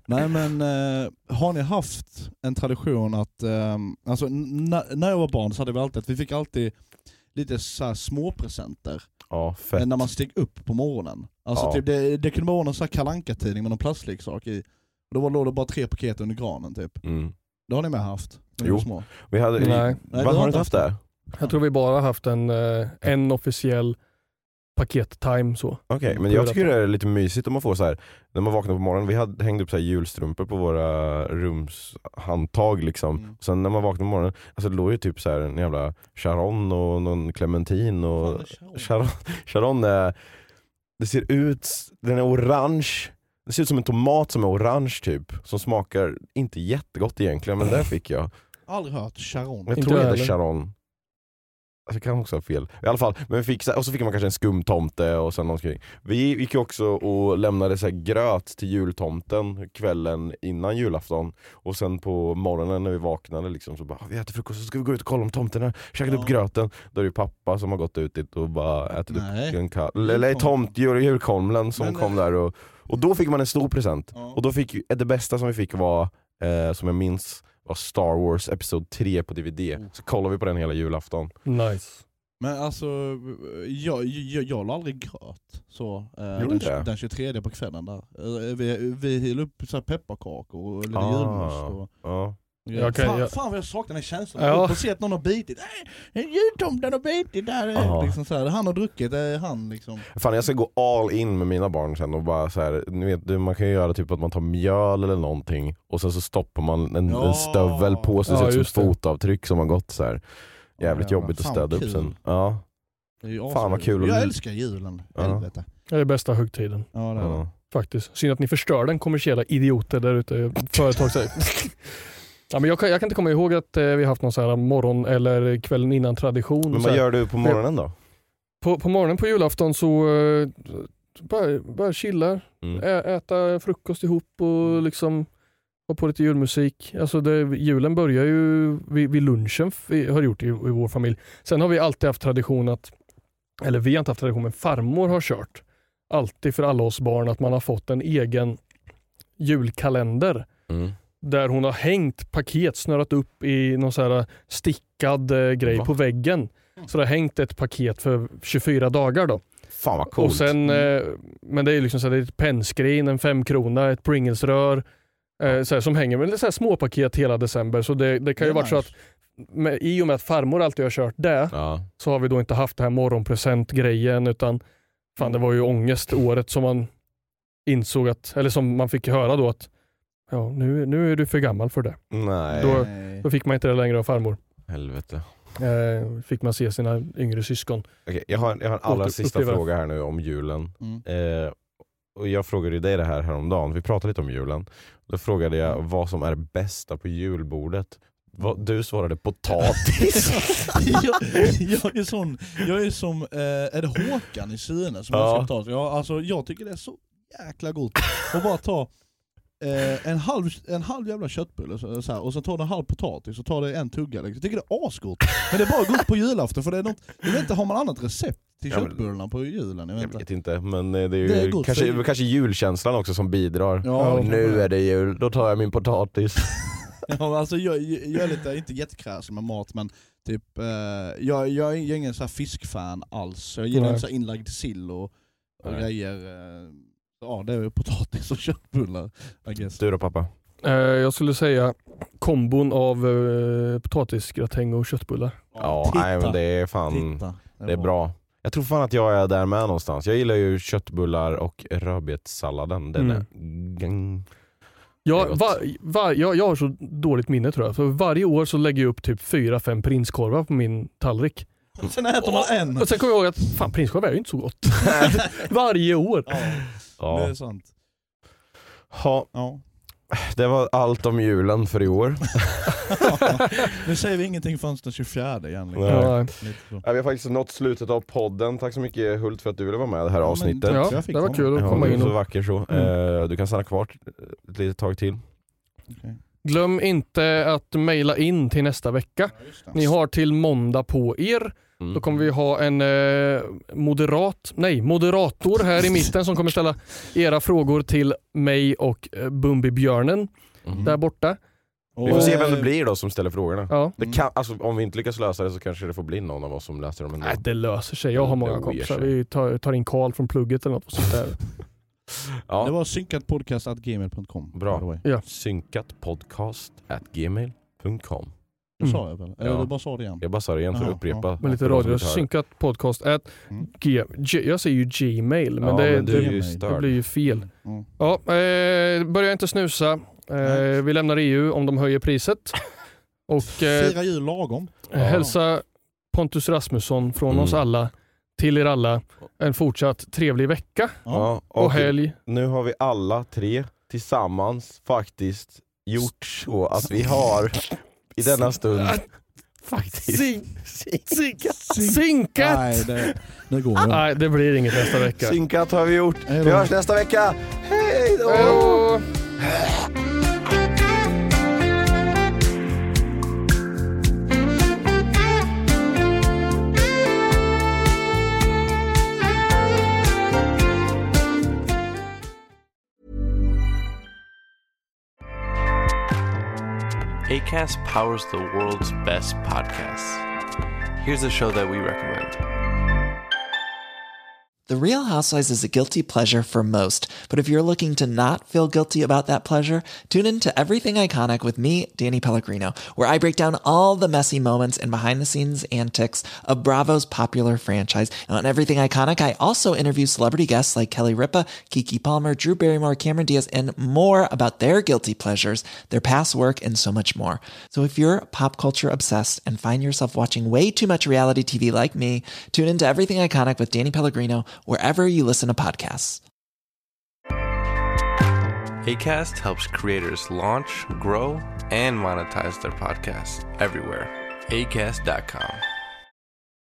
Nej men har ni haft en tradition att, alltså när jag var barn så hade vi alltid, vi fick alltid lite så här små presenter. Ja, fett. När man steg upp på morgonen. Alltså typ det kunde vara någon så här Kalle Anka-tidning med någon plastleksak i. Och då låg det bara 3 paket under granen typ. Det har ni med haft? Jo, små. Vi hade, Nej. Vad har ni inte haft det? Jag tror vi bara haft en officiell paket-time så. Okej, men jag tycker det är lite mysigt om man får så här när man vaknar på morgonen. Vi hängde upp så här julstrumpor på våra rumshandtag liksom. Och sen när man vaknar på morgonen, alltså det låg ju typ så här en jävla charon och någon clementin och charon är, det ser ut, den är orange. Det ser ut som en tomat som är orange typ, som smakar inte jättegott egentligen, men där fick jag. Aldrig hört charon. Jag tror det är charon. Jag kan också ha fel. I alla fall, men vi fick, och så fick man kanske en skumtomte och sen någonting. Vi gick också och lämnade så här gröt till jultomten kvällen innan julafton. Och sen på morgonen när vi vaknade liksom, så bara, vi äter frukost så ska vi gå ut och kolla om tomten har käkat upp gröten. Då är det pappa som har gått ut dit och bara ätit upp en julkolmlen som kom där. Och då fick man en stor present. Och då fick det bästa som vi fick var, som jag minns, var Star Wars episod 3 på DVD. Så kollade vi på den hela julafton. Nice. Men alltså, jag la aldrig gröt så, den 23 på kvällen där. Vi höll upp så här pepparkakor och lite julmust. Fan vad jag saknar den känslan. Ja. Och se att någon har bitit. Jultomten har bitit där. Liksom så här, han har druckit, han liksom. Fan, jag ska gå all in med mina barn sen och bara så här, ni vet, man kan ju göra typ att man tar mjöl eller någonting och sen så stoppar man en stövel på sig, så som ett fotavtryck som har gått så här. Jävligt jobbigt att städa upp sen. Ja. Fan vad kul. Jag älskar julen. Helvete. Det är det bästa högtiden. Ja, det är. Faktiskt. Synd att ni förstör den kommersiella idioter där ute. Företag säger. Ja, men jag kan inte komma ihåg att vi har haft någon så här morgon eller kvällen innan tradition. Men vad gör du på morgonen då? På morgonen på julafton så bara chillar. Äta frukost ihop och liksom ha på lite julmusik. Alltså julen börjar ju vid lunchen, har gjort i vår familj. Sen har vi alltid haft tradition vi har inte haft tradition, men farmor har kört. Alltid för alla oss barn att man har fått en egen julkalender. Där hon har hängt paket, snörat upp i någon så här stickad grej på väggen. Så det har hängt ett paket för 24 dagar då. Fan vad coolt. Och sen, men det är liksom så här, det är ett pennskrin, en 5-krona, ett Pringles-rör så här, som hänger med så här små paket hela december. Så det kan ju vara så att i och med att farmor alltid har kört det, så har vi då inte haft det här morgonpresent-grejen, utan fan, det var ju ångest året som man insåg att, eller som man fick höra då att nu är du för gammal för det. Nej. Då fick man inte det längre av farmor. Helvete. Fick man se sina yngre syskon. Okej, jag har en allra sista fråga här nu om julen. Och jag frågade ju dig det här häromdagen. Vi pratade lite om julen. Då frågade jag vad som är bästa på julbordet. Du svarade potatis. jag är som är det Håkan i Sine som har potatis. Jag tycker det är så jäkla gott. Och bara ta en halv jävla köttbulle så här, och så tar du en halv potatis och tar det en tugga. Jag tycker det är asgott. Men det är bara gott på julafton, för det är något, jag vet inte, har man annat recept till köttbullarna på julen? Jag vet inte, men det är ju det är kanske julkänslan också som bidrar. Nu är det jul, då tar jag min potatis. Alltså jag är lite, inte jättekräsen med mat, men typ jag är ingen så här fiskfan alls. Jag gillar inte så inlagd sill och grejer. Ja, det är ju potatis och köttbullar, I guess. Du då, pappa? Jag skulle säga kombon av potatisgratäng och köttbullar. Ja, nej, men det är fan det är bra. Jag tror fan att jag är där med någonstans. Jag gillar ju köttbullar och rödbetssalladen. Den är jag har så dåligt minne, tror jag. För varje år så lägger jag upp typ 4-5 prinskorvar på min tallrik. Sen äter man en. Och sen kommer jag ihåg att fan, prinskorv är ju inte så gott. Varje år. Ja, det är sant. Ja. Det var allt om julen för i år. Nu säger vi ingenting förrän den 24 igen. Vi har faktiskt nått slutet av podden. Tack så mycket, Hult, för att du ville vara med i det här avsnittet. Ja, det var kul att komma in. Så vacker så. Du kan stanna kvar ett litet tag till. Okay. Glöm inte att mejla in till nästa vecka. Ni har till måndag på er Då kommer vi ha en moderator här i mitten som kommer ställa era frågor till mig och Bumbibjörnen där borta. Vi får se vem det blir då som ställer frågorna. Ja. Det kan, alltså, om vi inte lyckas lösa det så kanske det får bli någon av oss som läser dem ändå. Nej, det löser sig. Jag har många kompisar. Vi tar in Karl från plugget eller något och sånt där. Ja. Det var synkatpodcast@gmail.com. Bra. Ja. Synkatpodcast@gmail.com. Det sa jag väl? Eller du bara sa det igen? Jag bara sa det igen för att upprepa. Ja. Med lite radio. Synkatpodcast jag säger ju Gmail, men det blir ju fel. Ja, börja inte snusa. Vi lämnar EU om de höjer priset. Och fira jul lagom. Hälsa Pontus Rasmusson från oss alla till er alla en fortsatt trevlig vecka och helg. Nu har vi alla 3 tillsammans faktiskt gjort så att vi har i denna stund faktiskt synkat. Nej, det går inte. Nej, det blir inget nästa vecka. Synkat har vi gjort. Vi hörs nästa vecka. Hej då! Acast powers the world's best podcasts. Here's a show that we recommend. The Real Housewives is a guilty pleasure for most, but if you're looking to not feel guilty about that pleasure, tune in to Everything Iconic with me, Danny Pellegrino, where I break down all the messy moments and behind-the-scenes antics of Bravo's popular franchise. And on Everything Iconic, I also interview celebrity guests like Kelly Ripa, Keke Palmer, Drew Barrymore, Cameron Diaz, and more about their guilty pleasures, their past work, and so much more. So if you're pop culture obsessed and find yourself watching way too much reality TV like me, tune into Everything Iconic with Danny Pellegrino, wherever you listen to podcasts. Acast helps creators launch, grow, and monetize their podcasts everywhere. Acast.com.